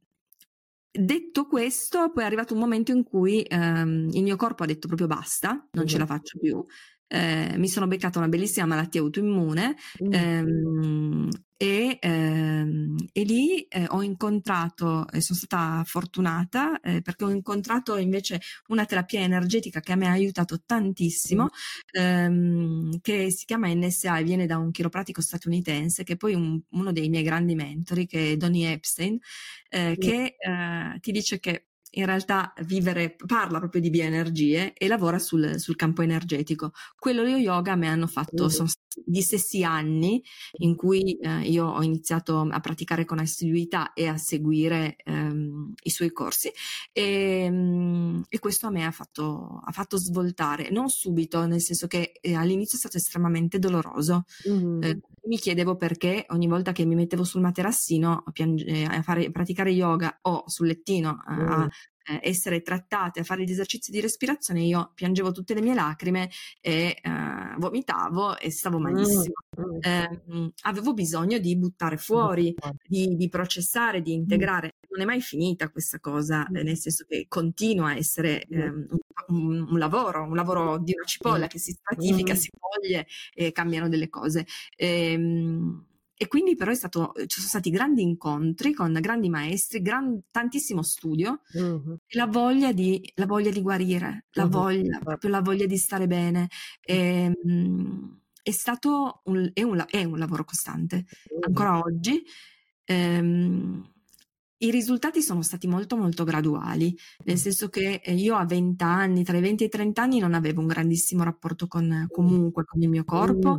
Detto questo, poi è arrivato un momento in cui, ehm, il mio corpo ha detto proprio basta, non ce Mh-mh. la faccio più. Ehm, mi sono beccata una bellissima malattia autoimmune, Mh. ehm, e, ehm, e lì, ehm, ho incontrato e son stata fortunata, ehm, perché ho incontrato invece una terapia energetica che a me ha aiutato Mh. tantissimo, ehm, che si chiama N S A e viene da un chiropratico statunitense, che è poi un uno dei miei grandi mentori, che è Donny Epstein, ehm, Mh. che, ehm, ti dice che in realtà vivere parla proprio di bioenergie e lavora sul sul campo energetico. Quello e lo yoga a me hanno fatto Mh-mh. son stati dissessi anni in cui, ehm, io ho iniziato a praticare con assiduità e a seguire, ehm, i suoi corsi, ehm, e questo a me ha fatto ha fatto svoltare, non subito, nel senso che, ehm, all'inizio è stato estremamente doloroso. Mh-mh. Ehm, mi chiedevo perché ogni volta che mi mettevo sul materassino a piange ehm, a fare praticare yoga o sul lettino a a, Mh. ehm, essere trattate, a fare gli esercizi di respirazione, io piangevo tutte le mie lacrime e, ehm, vomitavo e stavo Mh. malissimo. Mh. Ehm, avevo bisogno di buttare fuori, di di processare, di Mh. integrare. Non è mai finita questa cosa, Mh. ehm, nel senso che continua a essere, Mh. ehm, un un un lavoro, un lavoro di una Mh. cipolla che si stratifica, Mh. si toglie e cambiano delle cose. Ehm, e quindi però è stato ci sono stati grandi incontri con grandi maestri, gran tantissimo studio Mh-mh. e la voglia di la voglia di guarire, la Mh-mh. voglia, proprio la voglia di stare bene. Mh. Ehm, è stato un è un la è un lavoro costante, Mh-mh. ancora oggi. Ehm, i risultati sono stati molto, molto graduali, nel Mh. senso che, ehm, io a venti anni, tra i venti e i trenta anni non avevo un grandissimo rapporto con Mh. comunque con il mio corpo, Mh-mh.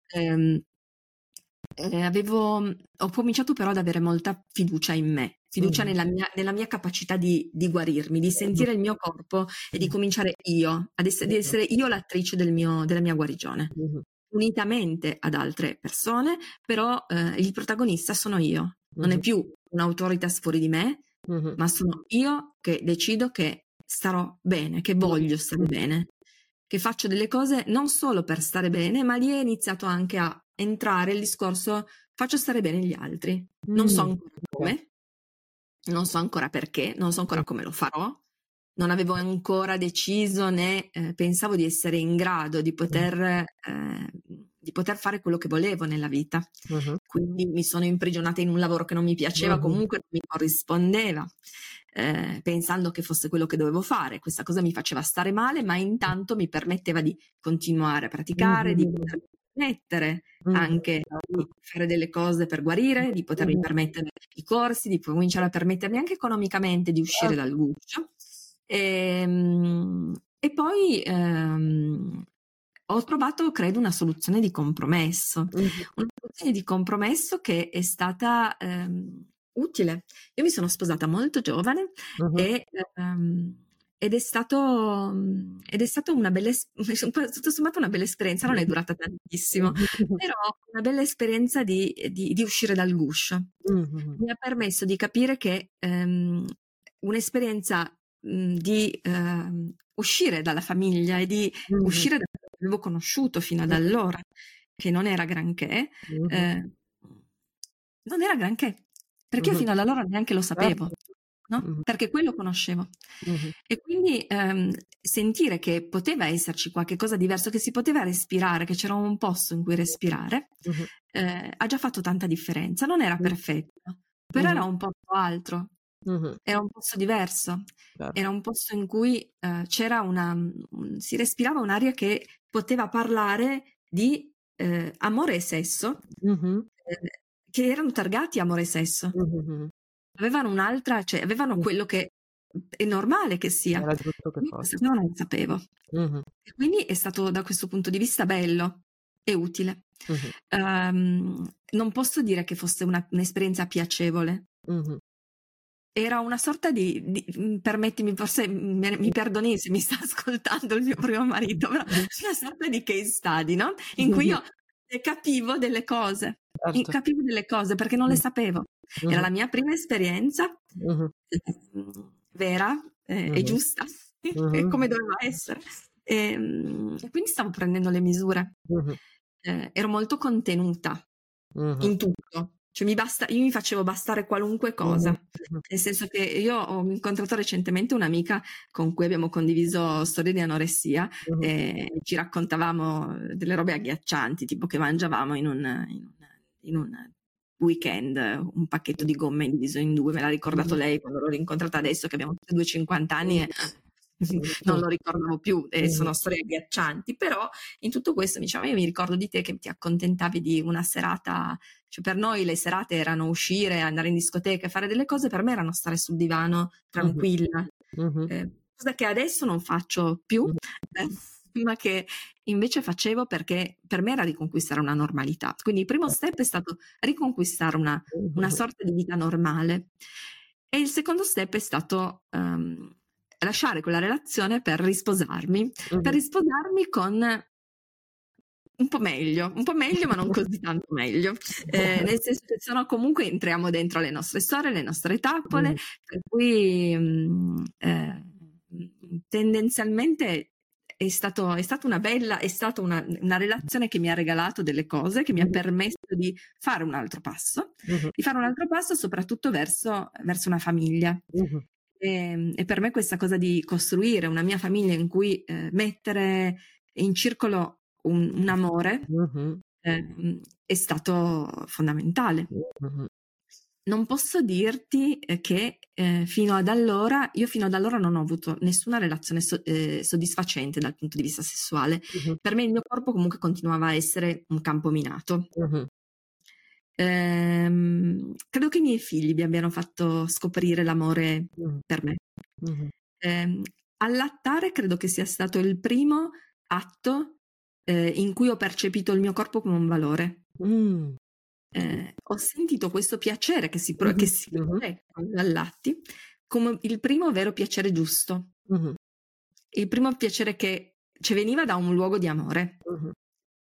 ehm, eh, avevo, ho cominciato però ad avere molta fiducia in me, fiducia Mh-mh. nella mia, nella mia capacità di, di guarirmi, di Mh. sentire il mio corpo e di Mh. cominciare io, ad essere, di Mh-mh. essere io l'attrice del mio, della mia guarigione, Mh-mh. unitamente ad altre persone, però eh, il protagonista sono io, non è Mh-mh. più un'autoritas fuori di me, Mh-mh. ma sono io che decido che starò bene, che voglio stare Mh-mh. bene, che faccio delle cose non solo per stare bene, ma lì è iniziato anche a entrare il discorso faccio stare bene gli altri. Non so Mh. ancora Okay. come, non so ancora perché, non so ancora Mh. come lo farò, non avevo ancora deciso né eh, pensavo di essere in grado di Mh. poter, eh, di poter fare quello che volevo nella vita. Mh-mh. Quindi mi sono imprigionata in un lavoro che non mi piaceva, Mh-mh. comunque non mi corrispondeva, eh, pensando che fosse quello che dovevo fare. Questa cosa mi faceva stare male, ma intanto mi permetteva di continuare a praticare, di Mh-mh. potermi permettere Mh-mh. anche Certo. di fare delle cose per guarire, di potermi Mh-mh. permettere i corsi, di cominciare a permettermi anche economicamente di uscire Certo. dal guscio. Ehm, E, poi ehm, ho trovato, credo, una soluzione di compromesso, Mh-mh. una soluzione di compromesso che è stata ehm, utile. Io mi sono sposata molto giovane Mh-mh. e, ehm, ed è stato ed è stata una bella es- tutto sommato una bella esperienza, non è durata tantissimo, Mh-mh. però una bella esperienza di, di- di uscire dal guscio. Mh-mh. Mi ha permesso di capire che ehm, un'esperienza mh, di ehm, uscire dalla famiglia e di Mh-mh. uscire da quello che avevo conosciuto fino ad allora, che non era granché, Mh-mh. eh, non era granché, perché io Mh-mh. fino ad allora neanche lo sapevo, Certo. no? Mh-mh. Perché quello conoscevo. Mh-mh. E quindi ehm, sentire che poteva esserci qualche cosa diverso, che si poteva respirare, che c'era un posto in cui respirare, Mh-mh. eh, ha già fatto tanta differenza. Non era Mh. perfetto, però Mh-mh. era un posto altro, Mh-mh. era un posto diverso, Certo. era un posto in cui eh, c'era una, un- si respirava un'aria che poteva parlare di eh, amore e sesso, Mh-mh. eh, che erano targati amore e sesso. Mh-mh-mh. Avevano un'altra, cioè avevano Mh. quello che è normale che sia. Era giusto che Io fosse. questa cosa non la sapevo. Mh-mh. E quindi è stato da questo punto di vista bello e utile. Mh-mh. Ehm, non posso dire che fosse una- un'esperienza piacevole. Mh-mh. Era una sorta di, di- mm, permettimi, forse mi, mi perdoni se mi sta ascoltando il mio primo marito, però Mh-mh. una sorta di case study, no? In cui Mh-mh. io capivo delle cose, in- Certo. capivo delle cose perché non le Mh. sapevo. Era Mh-mh. la mia prima esperienza Mh-mh. ehm, vera eh, e Mh-mh. giusta, e Mh-mh. come doveva essere. Ehm, E, quindi stavo prendendo le misure. Mh-mh. Eh, ero molto contenuta Mh-mh. in tutto, cioè mi basta, io mi facevo bastare qualunque cosa, Mh-mh. Mh-mh. nel senso che io ho incontrato recentemente un'amica con cui abbiamo condiviso storie di anoressia Mh-mh. e ci raccontavamo delle robe agghiaccianti, tipo che mangiavamo in un, in un, in un weekend un pacchetto di gomme diviso in due. Me l'ha ricordato Mh-mh. lei quando l'ho rincontrata adesso che abbiamo tutti e due cinquanta anni e non Mh-mh. lo ricordavo più, e Mh-mh. sono storie agghiaccianti, però in tutto questo mi diceva io mi ricordo di te che ti accontentavi di una serata, cioè per noi le serate erano uscire, andare in discoteca e fare delle cose, per me erano stare sul divano Mh-mh. tranquilla, Mh-mh. eh, cosa che adesso non faccio più, Mh-mh. eh, ma che invece facevo perché per me era riconquistare una normalità. Quindi il primo step è stato riconquistare una, una Mh-mh. sorta di vita normale e il secondo step è stato ehm, lasciare quella relazione per risposarmi, per Mh-mh. risposarmi con un po' meglio, un po' meglio, ma non così tanto meglio. Eh, nel senso che sennò comunque entriamo dentro le nostre storie, le nostre tappole, Mh-mh. per cui mh, eh, tendenzialmente è stato, è stata una bella, è stata una, una relazione che mi ha regalato delle cose, che mi ha Mh-mh. permesso di fare un altro passo, Mh-mh. di fare un altro passo soprattutto verso, verso una famiglia. Mh-mh. E, e per me questa cosa di costruire una mia famiglia in cui eh, mettere in circolo un, un amore Mh-mh. eh, è stato fondamentale. Mh-mh. Non posso dirti eh, che eh, fino ad allora, io fino ad allora non ho avuto nessuna relazione so- eh, soddisfacente dal punto di vista sessuale. Mh-mh. Per me il mio corpo comunque continuava a essere un campo minato. Mh-mh. Ehm, credo che i miei figli mi abbiano fatto scoprire l'amore Mh. per me. Mh-mh. Ehm, Allattare credo che sia stato il primo atto eh, in cui ho percepito il mio corpo come un valore. Mm. Eh, ho sentito questo piacere che si, pro- Mhm, che si mhm, proietta dall'atti come il primo vero piacere giusto, mhm, il primo piacere che ci veniva da un luogo di amore. mhm,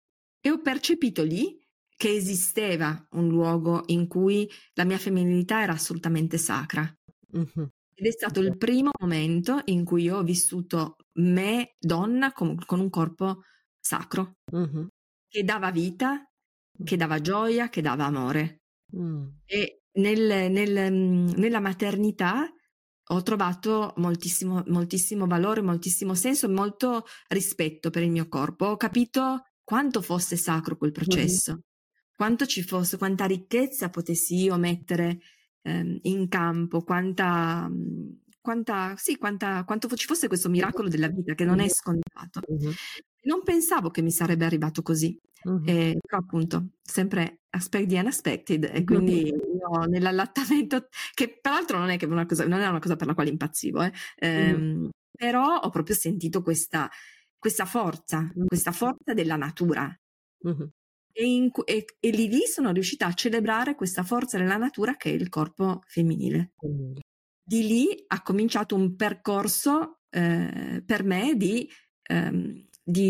E ho percepito lì che esisteva un luogo in cui la mia femminilità era assolutamente sacra. mhm. Ed è stato il primo momento in cui io ho vissuto me, donna, con, con un corpo sacro, Mhm, che dava vita, che dava gioia, che dava amore. mm, E nel- nel, mm, nella maternità ho trovato moltissimo, moltissimo valore, moltissimo senso, molto rispetto per il mio corpo. Ho capito quanto fosse sacro quel mhm, processo, quanto ci fosse, quanta ricchezza potessi io mettere ehm, in campo, quanta, mm, quanta, sì, quanta, quanto ci fosse questo miracolo della vita che non è mhm, scontato. mhm, Non pensavo che mi sarebbe arrivato così. mhm. Eh, però appunto, sempre aspect the unexpected, e quindi io nell'allattamento, che peraltro non è che una cosa, non è una cosa per la quale impazzivo, eh, Mhm, ehm, però ho proprio sentito questa, questa forza, questa forza della natura. mhm, E, in cu- e- e lì lì sono riuscita a celebrare questa forza della natura che è il corpo femminile. mhm, Di lì ha cominciato un percorso eh, per me di, ehm,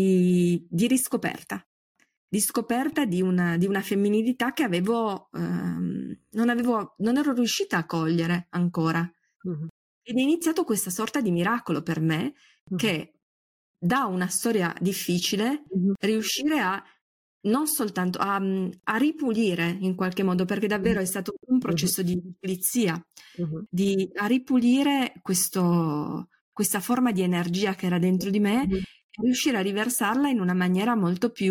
di, di riscoperta, di scoperta di una, di una femminilità che avevo, ehm, non avevo, non ero riuscita a cogliere ancora. mhm, Ed è iniziato questa sorta di miracolo per me mhm, che da una storia difficile mhm, riuscire a non soltanto a, a ripulire in qualche modo, perché davvero è stato un mhm, processo di pulizia, mhm, di a ripulire questo, questa forma di energia che era dentro di me mhm, e riuscire a riversarla in una maniera molto più,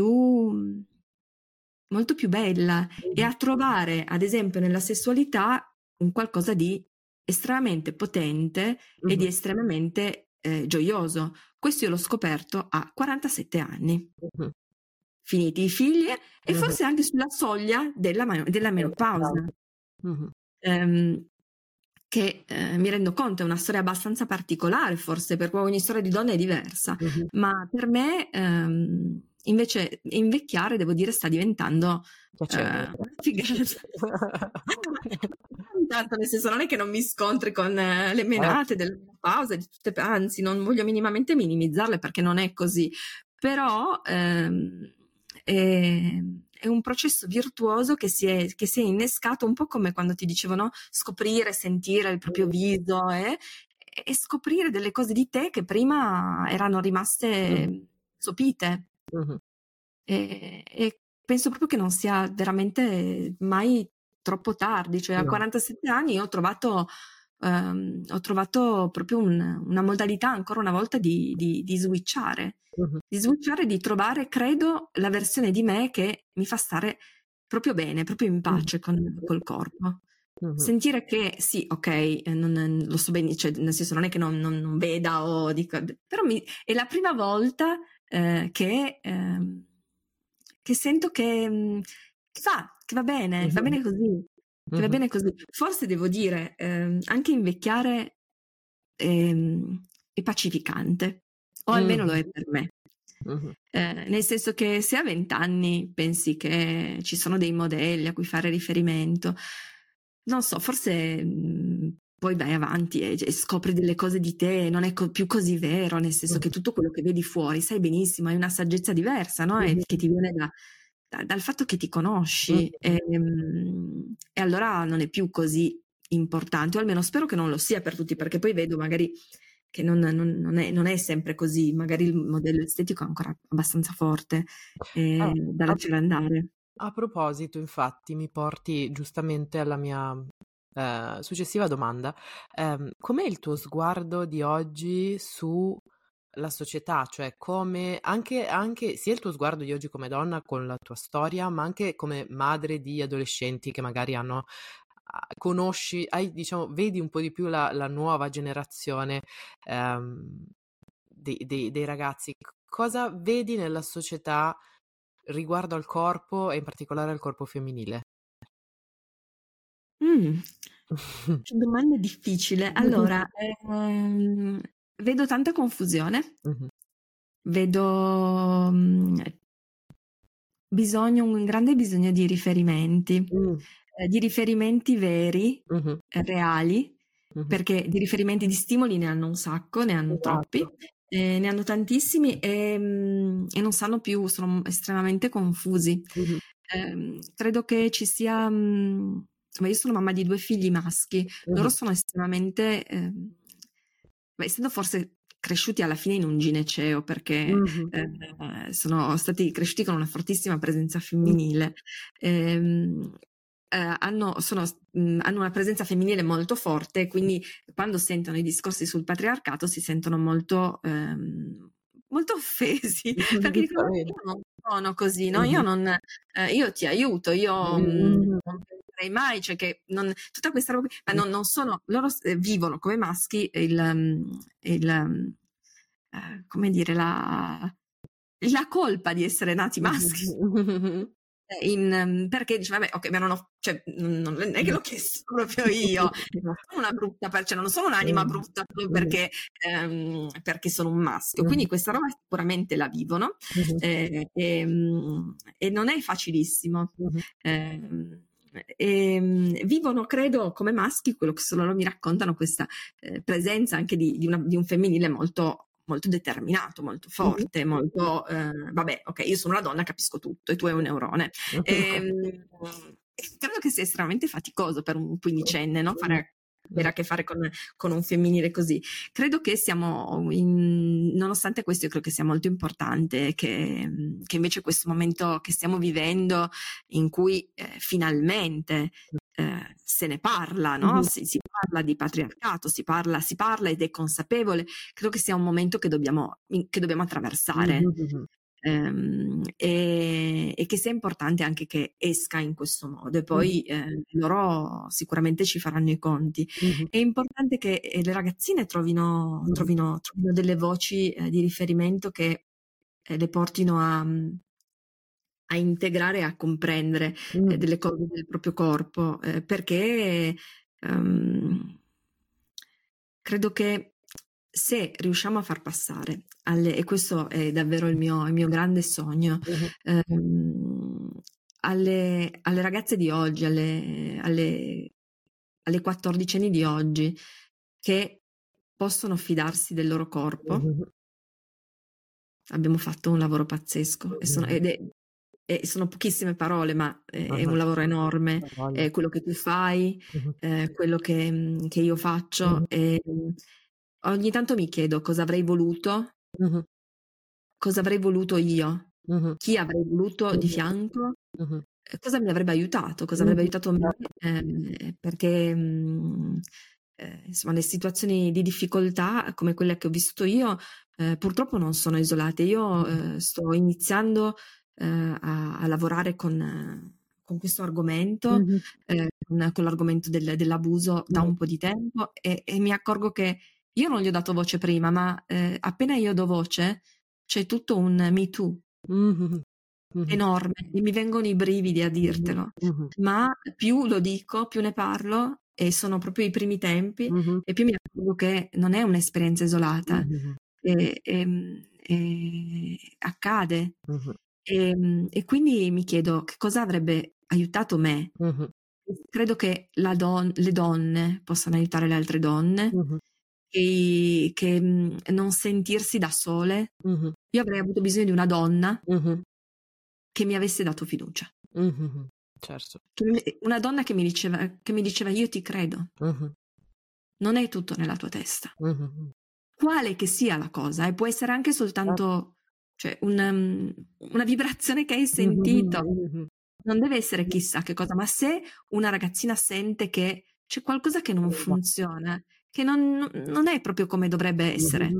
molto più bella e mhm, a trovare, ad esempio, nella sessualità un qualcosa di estremamente potente e di mhm, estremamente eh, gioioso. Questo io l'ho scoperto a quarantasette anni, mhm, finiti i figli e mhm. forse anche sulla soglia della, ma- della menopausa. Mhm, Ehm, che eh, mi rendo conto è una storia abbastanza particolare, forse perché ogni storia di donna è diversa, mhm. ma per me ehm, invece invecchiare, devo dire, sta diventando eh, Piacevole. una figata. Tanto, nel senso, non è che non mi scontri con eh, le menate della pausa, di tutte, anzi, non voglio minimamente minimizzarle perché non è così, però ehm, è, è un processo virtuoso che si è, che si è innescato un po' come quando ti dicevo, no? Scoprire, sentire il proprio viso eh? E scoprire delle cose di te che prima erano Mhm, rimaste sopite. mhm, E, e penso proprio che non sia veramente mai troppo tardi, cioè a no. quarantasette anni ho trovato, ehm, ho trovato proprio un- una modalità ancora una volta di, di, di switchare, Mhm, di switchare, di trovare, credo, la versione di me che mi fa stare proprio bene, proprio in mhm, pace con, col corpo. mhm, Sentire che sì, ok, eh, non, lo so bene, cioè, nel senso non è che non, non- non veda o dico, però mi- è la prima volta eh, che, ehm, che sento che, mm, che va, che va bene, va mhm, bene così, che va mhm, bene così. Forse devo dire, ehm, anche invecchiare ehm, è pacificante, o almeno lo mhm, è per me. mhm, Eh, nel senso che se a vent'anni pensi che ci sono dei modelli a cui fare riferimento, non so, forse mh, poi vai avanti e, e scopri delle cose di te, non è co- più così vero, nel senso che mhm, tutto quello che vedi fuori sai benissimo, hai una saggezza diversa, no? E mhm, che ti viene da- da- dal fatto che ti conosci mhm. e, mh, e allora non è più così importante, o almeno spero che non lo sia per tutti, perché poi vedo magari che non, non- non è, non è sempre così, magari il modello estetico è ancora abbastanza forte Eh, eh, da a, lasciare andare. a proposito, infatti, mi porti giustamente alla mia eh, successiva domanda. Ehm, com'è il tuo sguardo di oggi sulla società? Cioè, come anche, anche sia il tuo sguardo di oggi come donna con la tua storia, ma anche come madre di adolescenti che magari hanno ah, conosci, hai, diciamo, vedi un po' di più la, la nuova generazione ehm, dei, dei- dei ragazzi. C- Cosa vedi nella società riguardo al corpo e in particolare al corpo femminile? Mm, che domanda difficile. Allora, ehm, vedo tanta confusione, Mhm, vedo, mm, bisogno, un grande bisogno di riferimenti, Mh. eh, di riferimenti veri, Mh-mh. eh, reali, Mh-mh. perché di riferimenti di stimoli ne hanno un sacco, ne hanno troppi, Esatto. eh, ne hanno tantissimi e, mm, e non sanno più, sono estremamente confusi. Mh-mh. Ehm, credo che ci sia, mm, insomma, io sono mamma di due figli maschi, loro Mh-mh. sono estremamente, ehm, beh, essendo forse cresciuti alla fine in un gineceo, perché Mh-mh. eh, sono stati cresciuti con una fortissima presenza Mh. femminile. Ehm, eh, hanno, sono, mh, hanno una presenza femminile molto forte, quindi quando sentono i discorsi sul patriarcato si sentono molto, ehm, molto offesi, perché dicono: "Ma io Giustamente. non sono così, no? Io Mh-mh. non, eh, io ti aiuto, io mh, Mh-mh. non penserei mai, cioè che non, tutta questa roba, qui- ma non, non sono, loro eh, vivono come maschi il, um, il um, eh, come dire, la, la colpa di essere nati maschi. Mh-mh. Eh, In, um, perché dice, vabbè, ok, ma non ho, cioè, non, non è che l'ho chiesto proprio io, non sono una brutta, per- cioè, non sono un'anima Mh. brutta proprio Mh-mh. perché, ehm, perché sono un maschio. Quindi Mh-mh. questa roba sicuramente la vivono, Mh-mh. eh, e, mm, e non è facilissimo. Mh-mh. Ehm, e, mm, vivono, credo, come maschi, quello che solo loro mi raccontano, questa eh, presenza anche di, di una- di un femminile molto molto determinato, molto Mh-mh. forte, molto, eh, vabbè, ok, io sono una donna, capisco tutto e tu hai un neurone. Ehm, credo che sia estremamente faticoso per un quindicenne, no? Fare, avere a che fare con, con un femminile così. Credo che siamo, in, nonostante questo, io credo che sia molto importante che, che invece questo momento che stiamo vivendo, in cui eh, finalmente eh, se ne parla, no? Mh-mh. Si, si parla di patriarcato, si parla, si parla ed è consapevole, credo che sia un momento che dobbiamo, che dobbiamo attraversare. Mh-mh. Ehm, e, e che sia importante anche che esca in questo modo e Mh-mh. poi eh, loro sicuramente ci faranno i conti. Mh-mh. È importante che eh, le ragazzine trovino, Mh-mh. trovino, trovino delle voci eh, di riferimento che eh, le portino a, a integrare e a comprendere eh, Mh. delle cose del proprio corpo, eh, perché ehm, credo che se riusciamo a far passare alle, e questo è davvero il mio, il mio grande sogno, Mh-mh. ehm, alle, alle ragazze di oggi, alle, alle, alle quattordicenni di oggi, che possono fidarsi del loro corpo, Mh-mh. abbiamo fatto un lavoro pazzesco e sono, Mh-mh. ed è, e sono pochissime parole, ma è, è Ah-ah. un lavoro enorme, Ha voglia. è quello che tu fai, Mh-mh. eh, quello che, che io Mh-mh. faccio. E ogni tanto mi chiedo cosa avrei voluto, Mh-mh. cosa avrei voluto io, Mh-mh. chi avrei voluto di Mh-mh. fianco, Mh-mh. eh, cosa mi avrebbe aiutato, cosa avrebbe Mh-mh. aiutato me, Certo. eh, perché mh, eh, insomma le situazioni di difficoltà come quelle che ho vissuto io eh, purtroppo non sono isolate. Io Mh-mh. eh, sto iniziando eh, a, a lavorare con, eh, con questo argomento, Mh-mh. eh, con, con l'argomento del- dell'abuso da Mh-mh. un po' di tempo e, e mi accorgo che io non gli ho dato voce prima, ma eh, appena io do voce c'è tutto un Me Too Mh-mh. Mh-mh. enorme e mi vengono i brividi a Mh-mh. dirtelo, Mh-mh. ma più lo dico, più ne parlo e sono proprio i primi tempi Mh-mh. e più mi accorgo che non è un'esperienza isolata, Mh-mh. e, e- e accade. Mh-mh. E, e quindi mi chiedo che cosa avrebbe aiutato me. Mh-mh. Credo che la don- le donne possano aiutare le altre donne, Mh-mh. e che mh, non sentirsi da sole. Mh-mh. Io avrei avuto bisogno di una donna Mh-mh. che mi avesse dato fiducia. Mh-mh. Certo. Che mi- Una donna che mi diceva, che mi diceva io ti credo, Mh-mh. non è tutto nella tua testa. Mh-mh. Quale che sia la cosa, e può essere anche Certo. soltanto cioè, una, una vibrazione che hai Mh-mh. sentito, Mh-mh. non deve essere chissà che cosa, ma se una ragazzina sente che c'è qualcosa che non Esa funziona, che non, non è proprio come dovrebbe essere, Mh-mh.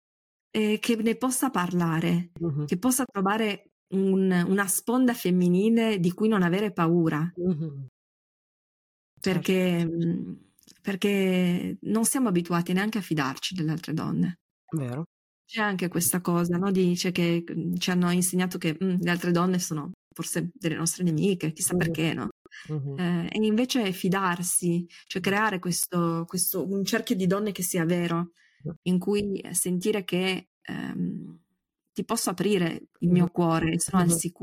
e che ne possa parlare, Mh-mh. che possa trovare un- una sponda femminile di cui non avere paura. Mh-mh. Certo. perché, mh, perché non siamo abituati neanche a fidarci delle altre donne. Vero. C'è anche questa cosa, no? Dice che mh, ci hanno insegnato che mh, le altre donne sono forse delle nostre nemiche, chissà Mh-mh. perché, no? Mh-mh. Eh, e invece fidarsi, cioè creare questo, questo, un cerchio di donne che sia vero, in cui sentire che ehm, ti posso aprire il Mh-mh. mio cuore, sono al Mh-mh. sicuro.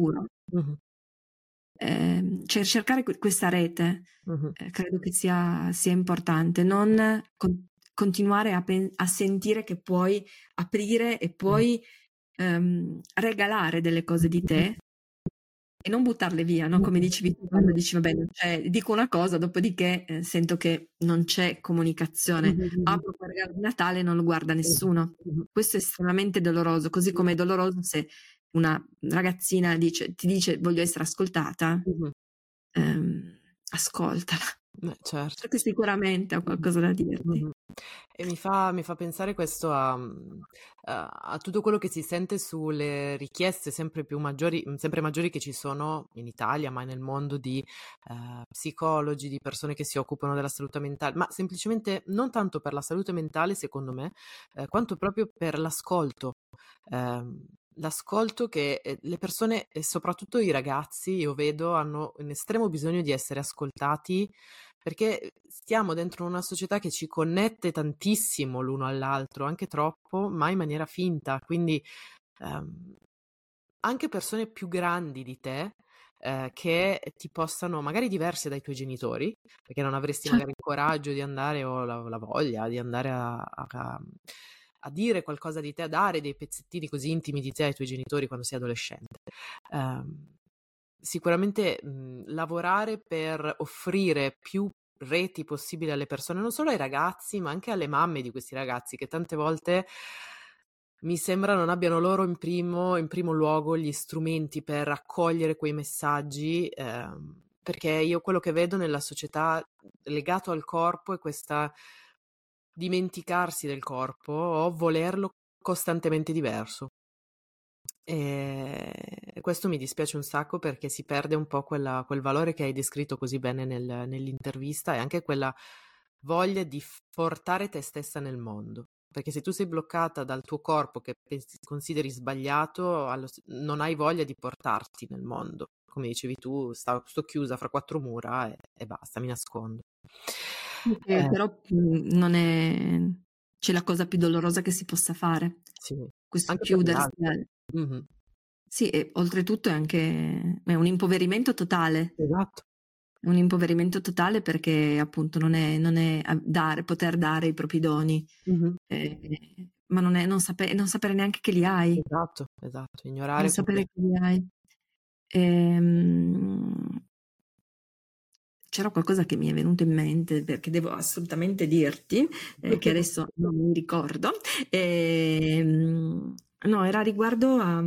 Mh-mh. Eh, cioè cercare que- questa rete Mh-mh. eh, credo che sia, sia importante, non con- continuare a, pen- a sentire che puoi aprire e Mh-mh. puoi ehm, regalare delle cose di te e non buttarle via, no? Come Mh-mh. dicevi tu, quando Mh-mh. dici, vabbè, non c'è- dico una cosa, dopodiché eh, sento che non c'è comunicazione. Mh-mh. Mh-mh. Apro quel regalo di Natale e non lo guarda Mh-mh. nessuno. Mh-mh. Questo è estremamente doloroso, così come è doloroso se una ragazzina dice, ti dice voglio essere ascoltata, Mh-mh. ehm, ascoltala, Eh, certo. perché sicuramente ha Mh-mh. qualcosa da dirti. Mh-mh. E mi fa mi fa pensare questo a mhmm, a a tutto quello che si sente sulle richieste sempre più maggiori mhmm, sempre maggiori che ci sono in Italia, ma nel mondo di, ehm, psicologi, di persone che si occupano della salute mental ma semplicemente non tanto per la salute mentale secondo me, ehm, quanto proprio per l'ascolto. Ehm, l'ascolto che, ehm, le persone e soprattutto i ragazzi, io vedo, hanno un estremo bisogno di essere ascoltati perché stiamo dentro una società che ci connette tantissimo l'uno all'altro, anche troppo, ma in maniera finta. Quindi ehm, anche persone più grandi di te, eh, che ti possano, magari diverse dai tuoi genitori, perché non avresti Cioè, magari il coraggio di andare o la, la voglia di andare a, a- a dire qualcosa di te, a dare dei pezzettini così intimi di te ai tuoi genitori quando sei adolescente. Ehm, Sicuramente mh, lavorare per offrire più reti possibili alle persone, non solo ai ragazzi, ma anche alle mamme di questi ragazzi che tante volte mi sembra non abbiano loro in primo, in primo luogo gli strumenti per raccogliere quei messaggi, ehm, perché io quello che vedo nella società legato al corpo è questa dimenticarsi del corpo o volerlo costantemente diverso. E questo mi dispiace un sacco perché si perde un po' quella- quel valore che hai descritto così bene nel- nell'intervista e anche quella voglia di f- portare te stessa nel mondo. Perché se tu sei bloccata dal tuo corpo che pensi- consideri sbagliato, allo s- non hai voglia di portarti nel mondo. Come dicevi tu, sta- sto chiusa fra quattro mura e, e basta, mi nascondo. eh, Eh, però mh, non è, c'è la cosa più dolorosa che si possa fare, sì, questo anche per gli chiudersi. altri. al- Mhm. Sì, e oltretutto è anche è un impoverimento totale. Esatto. È un impoverimento totale perché appunto non è, non è a- dare, poter dare i propri doni, Mhm. eh, ma non è non, sape- non sapere neanche che li hai, Esatto, esatto, non ignorare sapere che completamente. li hai. Ehm, c'era qualcosa che mi è venuto in mente perché devo assolutamente dirti, eh, che adesso non mi ricordo. Ehm, no, era riguardo a,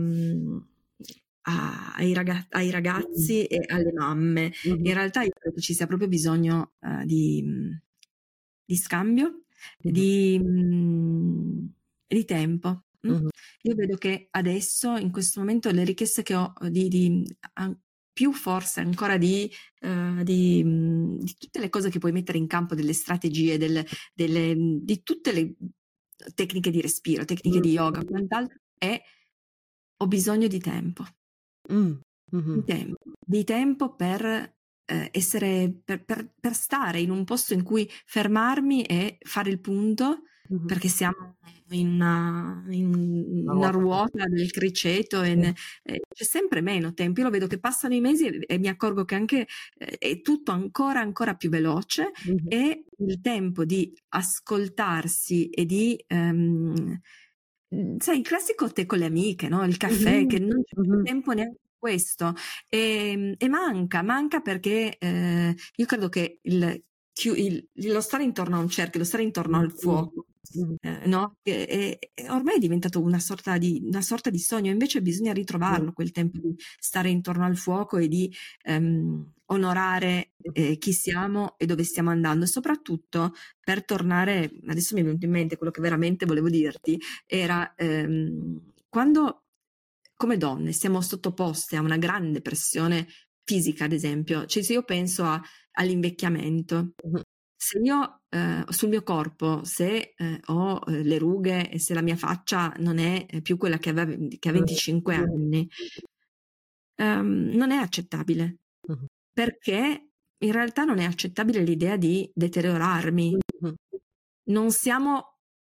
a- ai, raga- ai ragazzi e alle mamme. In Mhm. realtà io credo che ci sia proprio bisogno eh, di, di scambio, Mhm. di, mm, di tempo. mm? Mhm. Io vedo che adesso, in questo momento, le richieste che ho di, di- an- più forse ancora di, eh, di, mm, di tutte le cose che puoi mettere in campo, delle strategie, del- delle, di tutte le tecniche di respiro, tecniche di yoga, quant'altro, è ho bisogno di tempo Mm. di Mhm. tempo, di tempo per eh, essere, per, per- per stare in un posto in cui fermarmi e fare il punto, Mhm. perché siamo in una, in Una una ruota ruota del criceto e, ne- continua. e c'è sempre meno tempo. Io lo vedo che passano i mesi e, e mi accorgo che anche eh, è tutto ancora, ancora più veloce Mhm. e il tempo di ascoltarsi e di ehm, Mm, sai, il classico tè con le amiche, no? Il caffè, che Mhm. non c'è più Mhm. tempo neanche per questo. E, e manca, manca perché eh, io credo che il, chiu- il- lo stare intorno a un cerchio, lo stare intorno al Mhm. fuoco, Mhm. eh, no? Che è- è- ormai è diventato una sorta di, una sorta di sogno, invece bisogna ritrovarlo quel tempo di stare intorno al fuoco e di ehm, onorare eh, chi siamo e dove stiamo andando, e soprattutto per tornare, adesso mi è venuto in mente quello che veramente volevo dirti era ehm, quando come donne siamo sottoposte a una grande pressione fisica, ad esempio, cioè se io penso a- all'invecchiamento, Mhm. se io eh, sul mio corpo, se eh, ho eh, le rughe e se la mia faccia non è eh, più quella che, aveva, che ha venticinque anni, ehm, non è accettabile, Mhm. perché in realtà non è accettabile l'idea di deteriorarmi. Mhm. Non siamo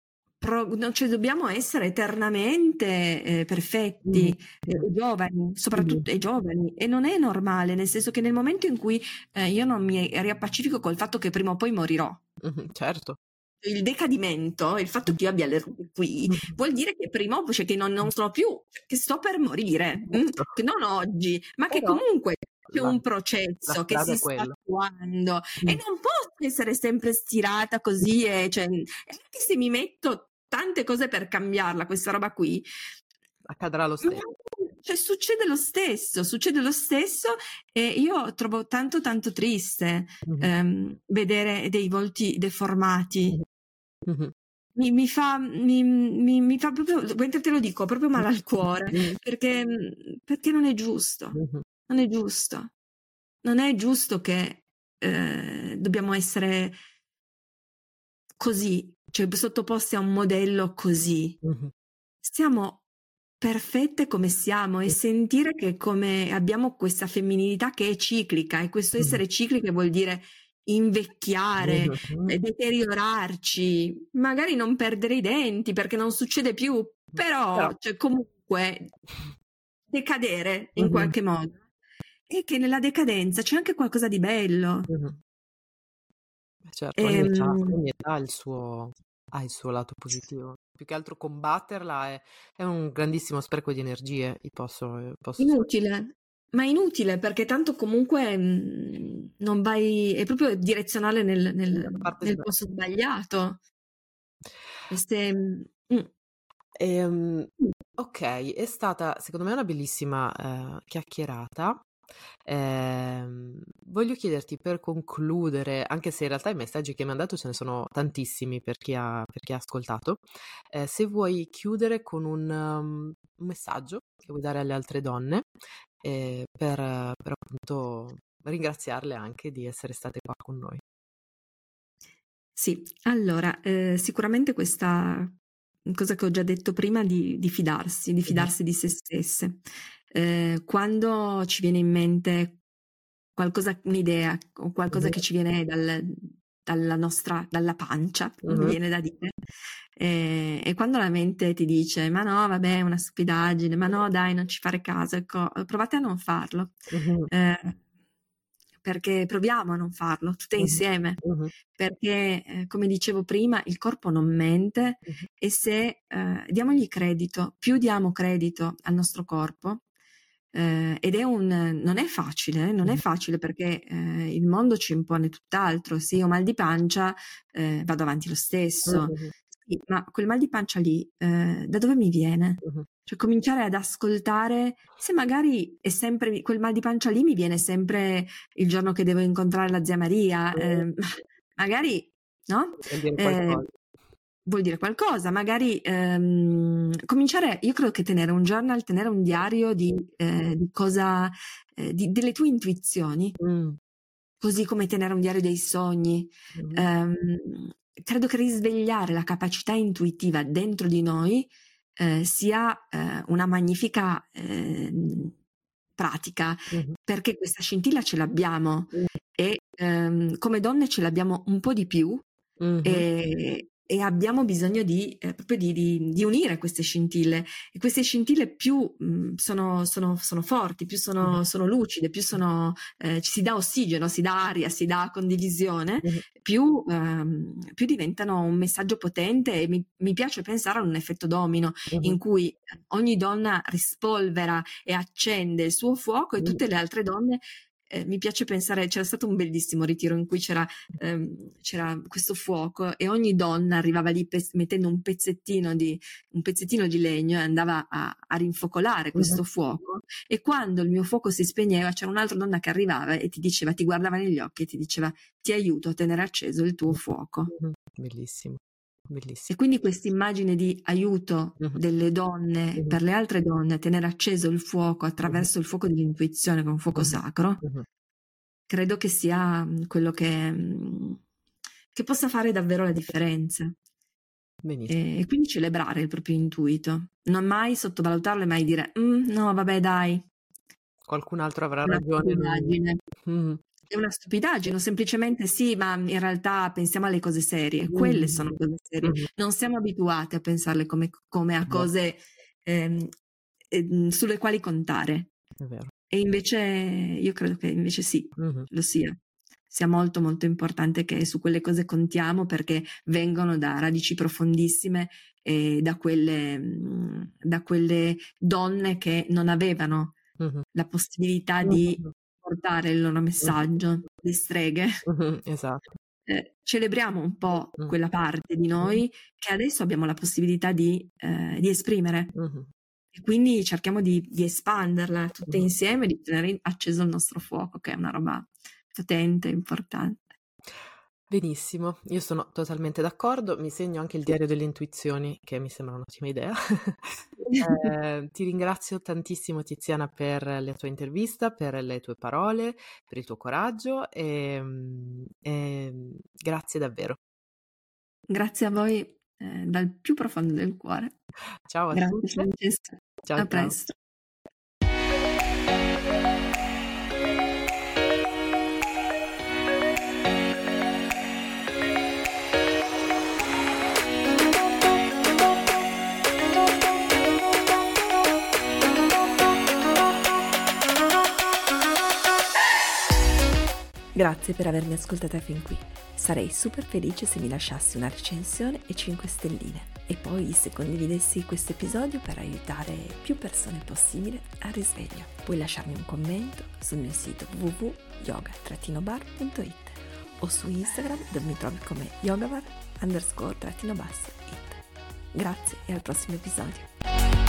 pro, no, cioè dobbiamo essere eternamente eh, perfetti, eh, giovani, soprattutto i giovani, e non è normale, nel senso che nel momento in cui eh, io non mi riappacifico col fatto che prima o poi morirò, Mhm, certo. il decadimento, il fatto che io abbia le rupe qui, Mhm. vuol dire che prima o poi, cioè che non, non sono più, che sto per morire, mm? Certo. Che non oggi, ma che Però comunque c'è la, un la processo che strada si è sta quella. attuando e Mm. non posso essere sempre stirata così, e cioè, anche se mi metto tante cose per cambiarla, questa roba qui, Accadrà lo stesso. cioè succede lo stesso, succede lo stesso, e io trovo tanto tanto triste Mhm. ehm, vedere dei volti deformati. Mhm. Mi, mi fa, mi, mi, mi fa proprio, mentre te lo dico, proprio male al cuore, Mhm. perché, perché non è giusto, Mhm. non è giusto, non è giusto che eh, dobbiamo essere così, cioè sottoposti a un modello così. Mhm. Siamo perfette come siamo, e sentire che come abbiamo questa femminilità che è ciclica, e questo Mhm. essere cicliche vuol dire invecchiare, Mhm. eh, deteriorarci, magari non perdere i denti perché non succede più, però Però. cioè, comunque decadere in Mhm. qualche modo, e che nella decadenza c'è anche qualcosa di bello. Mhm. Certo, ogni età, Ehm, ogni età ha il suo, ha il suo lato positivo. Più che altro combatterla è, è un grandissimo spreco di energie, io posso, eh, posso Inutile, ma inutile, perché tanto comunque mh, non vai, è proprio direzionale nel, dire nel- la parte nel sbagliata. posto sbagliato. Queste, mm, Ehm, ok, è stata secondo me una bellissima eh, chiacchierata. Ehm, voglio chiederti per concludere, anche se in realtà i messaggi che mi hanno dato ce ne sono tantissimi per chi ha, per chi ha ascoltato, eh, se vuoi chiudere con un, um, un messaggio che vuoi dare alle altre donne eh, per, per appunto ringraziarle anche di essere state qua con noi. sì, allora, eh, sicuramente questa cosa che ho già detto prima di, di fidarsi, di Mhm. fidarsi di se stesse. Eh, quando ci viene in mente qualcosa, un'idea o qualcosa Mhm. che ci viene dal- dalla nostra, dalla pancia, mi Mhm. viene da dire, e, e quando la mente ti dice, ma no, vabbè, è una stupidaggine, ma no, dai, non ci fare caso, ecco, provate a non farlo. Mhm. Eh, perché proviamo a non farlo tutte Mhm. insieme, Mhm. perché eh, come dicevo prima, il corpo non mente, Mhm. e se eh, diamogli credito, più diamo credito al nostro corpo, eh, ed è un, non è facile, eh, non è Mhm. facile, perché eh, il mondo ci impone tutt'altro. Se io ho mal di pancia, eh, vado avanti lo stesso. Mhm. Sì, ma quel mal di pancia lì, eh, da dove mi viene? Mhm. Cioè cominciare ad ascoltare, se magari è sempre quel mal di pancia lì mi viene sempre il giorno che devo incontrare la zia Maria, eh, magari, no? Vuol dire Eh, qualcosa. vuol dire qualcosa, magari ehm, cominciare, io credo che tenere un journal, tenere un diario di, eh, di cosa, eh, di- delle tue intuizioni, Mm. così come tenere un diario dei sogni. Mhm. Ehm, credo che risvegliare la capacità intuitiva dentro di noi eh, sia eh, una magnifica ehm, pratica, Mhm. perché questa scintilla ce l'abbiamo, e ehm, come donne ce l'abbiamo un po' di più, Mhm. e, e abbiamo bisogno di, eh, proprio di, di- di unire queste scintille, e queste scintille più mh, sono, sono- sono forti, più sono, sono lucide, più sono, eh, ci si dà ossigeno, si dà aria, si dà condivisione, Mhm. più, ehm, più diventano un messaggio potente, e mi, mi piace pensare a un effetto domino Mhm. in cui ogni donna rispolvera e accende il suo fuoco, e Mhm. tutte le altre donne, eh, mi piace pensare, c'era stato un bellissimo ritiro in cui c'era, ehm, c'era questo fuoco, e ogni donna arrivava lì pe- mettendo un pezzettino di, un pezzettino di legno, e andava a, a rinfocolare questo fuoco, e quando il mio fuoco si spegneva c'era un'altra donna che arrivava e ti diceva, ti guardava negli occhi e ti diceva, ti aiuto a tenere acceso il tuo fuoco. Mhm. Bellissimo, E bellissimo. quindi questa immagine di aiuto Mhm. delle donne Mhm. per le altre donne a tenere acceso il fuoco attraverso il fuoco dell'intuizione, che è un fuoco Mhm. sacro, Mhm. credo che sia mm, quello che, mm, che possa fare davvero la differenza. Benissimo. E, e quindi celebrare il proprio intuito, non mai sottovalutarlo, e mai dire "Mm, no, vabbè, dai, Qualcun altro avrà una ragione lui. stupidaggine". Mhm. è una stupidaggine, o semplicemente sì, ma in realtà pensiamo alle cose serie, quelle sono cose serie, Mm-hmm. non siamo abituati a pensarle come, come a cose ehm, eh, sulle quali contare. È vero. E invece io credo che invece sì, Mm-hmm. lo sia. Sia molto molto importante che su quelle cose contiamo, perché vengono da radici profondissime e da quelle, da quelle donne che non avevano Mm-hmm. la possibilità di portare il loro messaggio, le streghe. Mm-hmm. Esatto. Eh, celebriamo un po' Mm-hmm. quella parte di noi che adesso abbiamo la possibilità di, eh, di esprimere. Mm-hmm. E quindi cerchiamo di, di espanderla tutte Mm-hmm. insieme, di tenere acceso il nostro fuoco, che è una roba potente, importante. Benissimo, io sono totalmente d'accordo, mi segno anche il diario delle intuizioni, che mi sembra un'ottima idea. eh, ti ringrazio tantissimo, Tiziana, per la tua intervista, per le tue parole, per il tuo coraggio e, e grazie davvero. Grazie a voi eh, dal più profondo del cuore. Ciao a Grazie, tutti. Francesca. Ciao, A ciao. presto. Grazie per avermi ascoltata fin qui. Sarei super felice se mi lasciassi una recensione e cinque stelline e poi se condividessi questo episodio per aiutare più persone possibile al risveglio. Puoi lasciarmi un commento sul mio sito w w w punto yoga trattino bar punto it o su Instagram, dove mi trovi come yogabar underscore trattino basso it. Grazie e al prossimo episodio.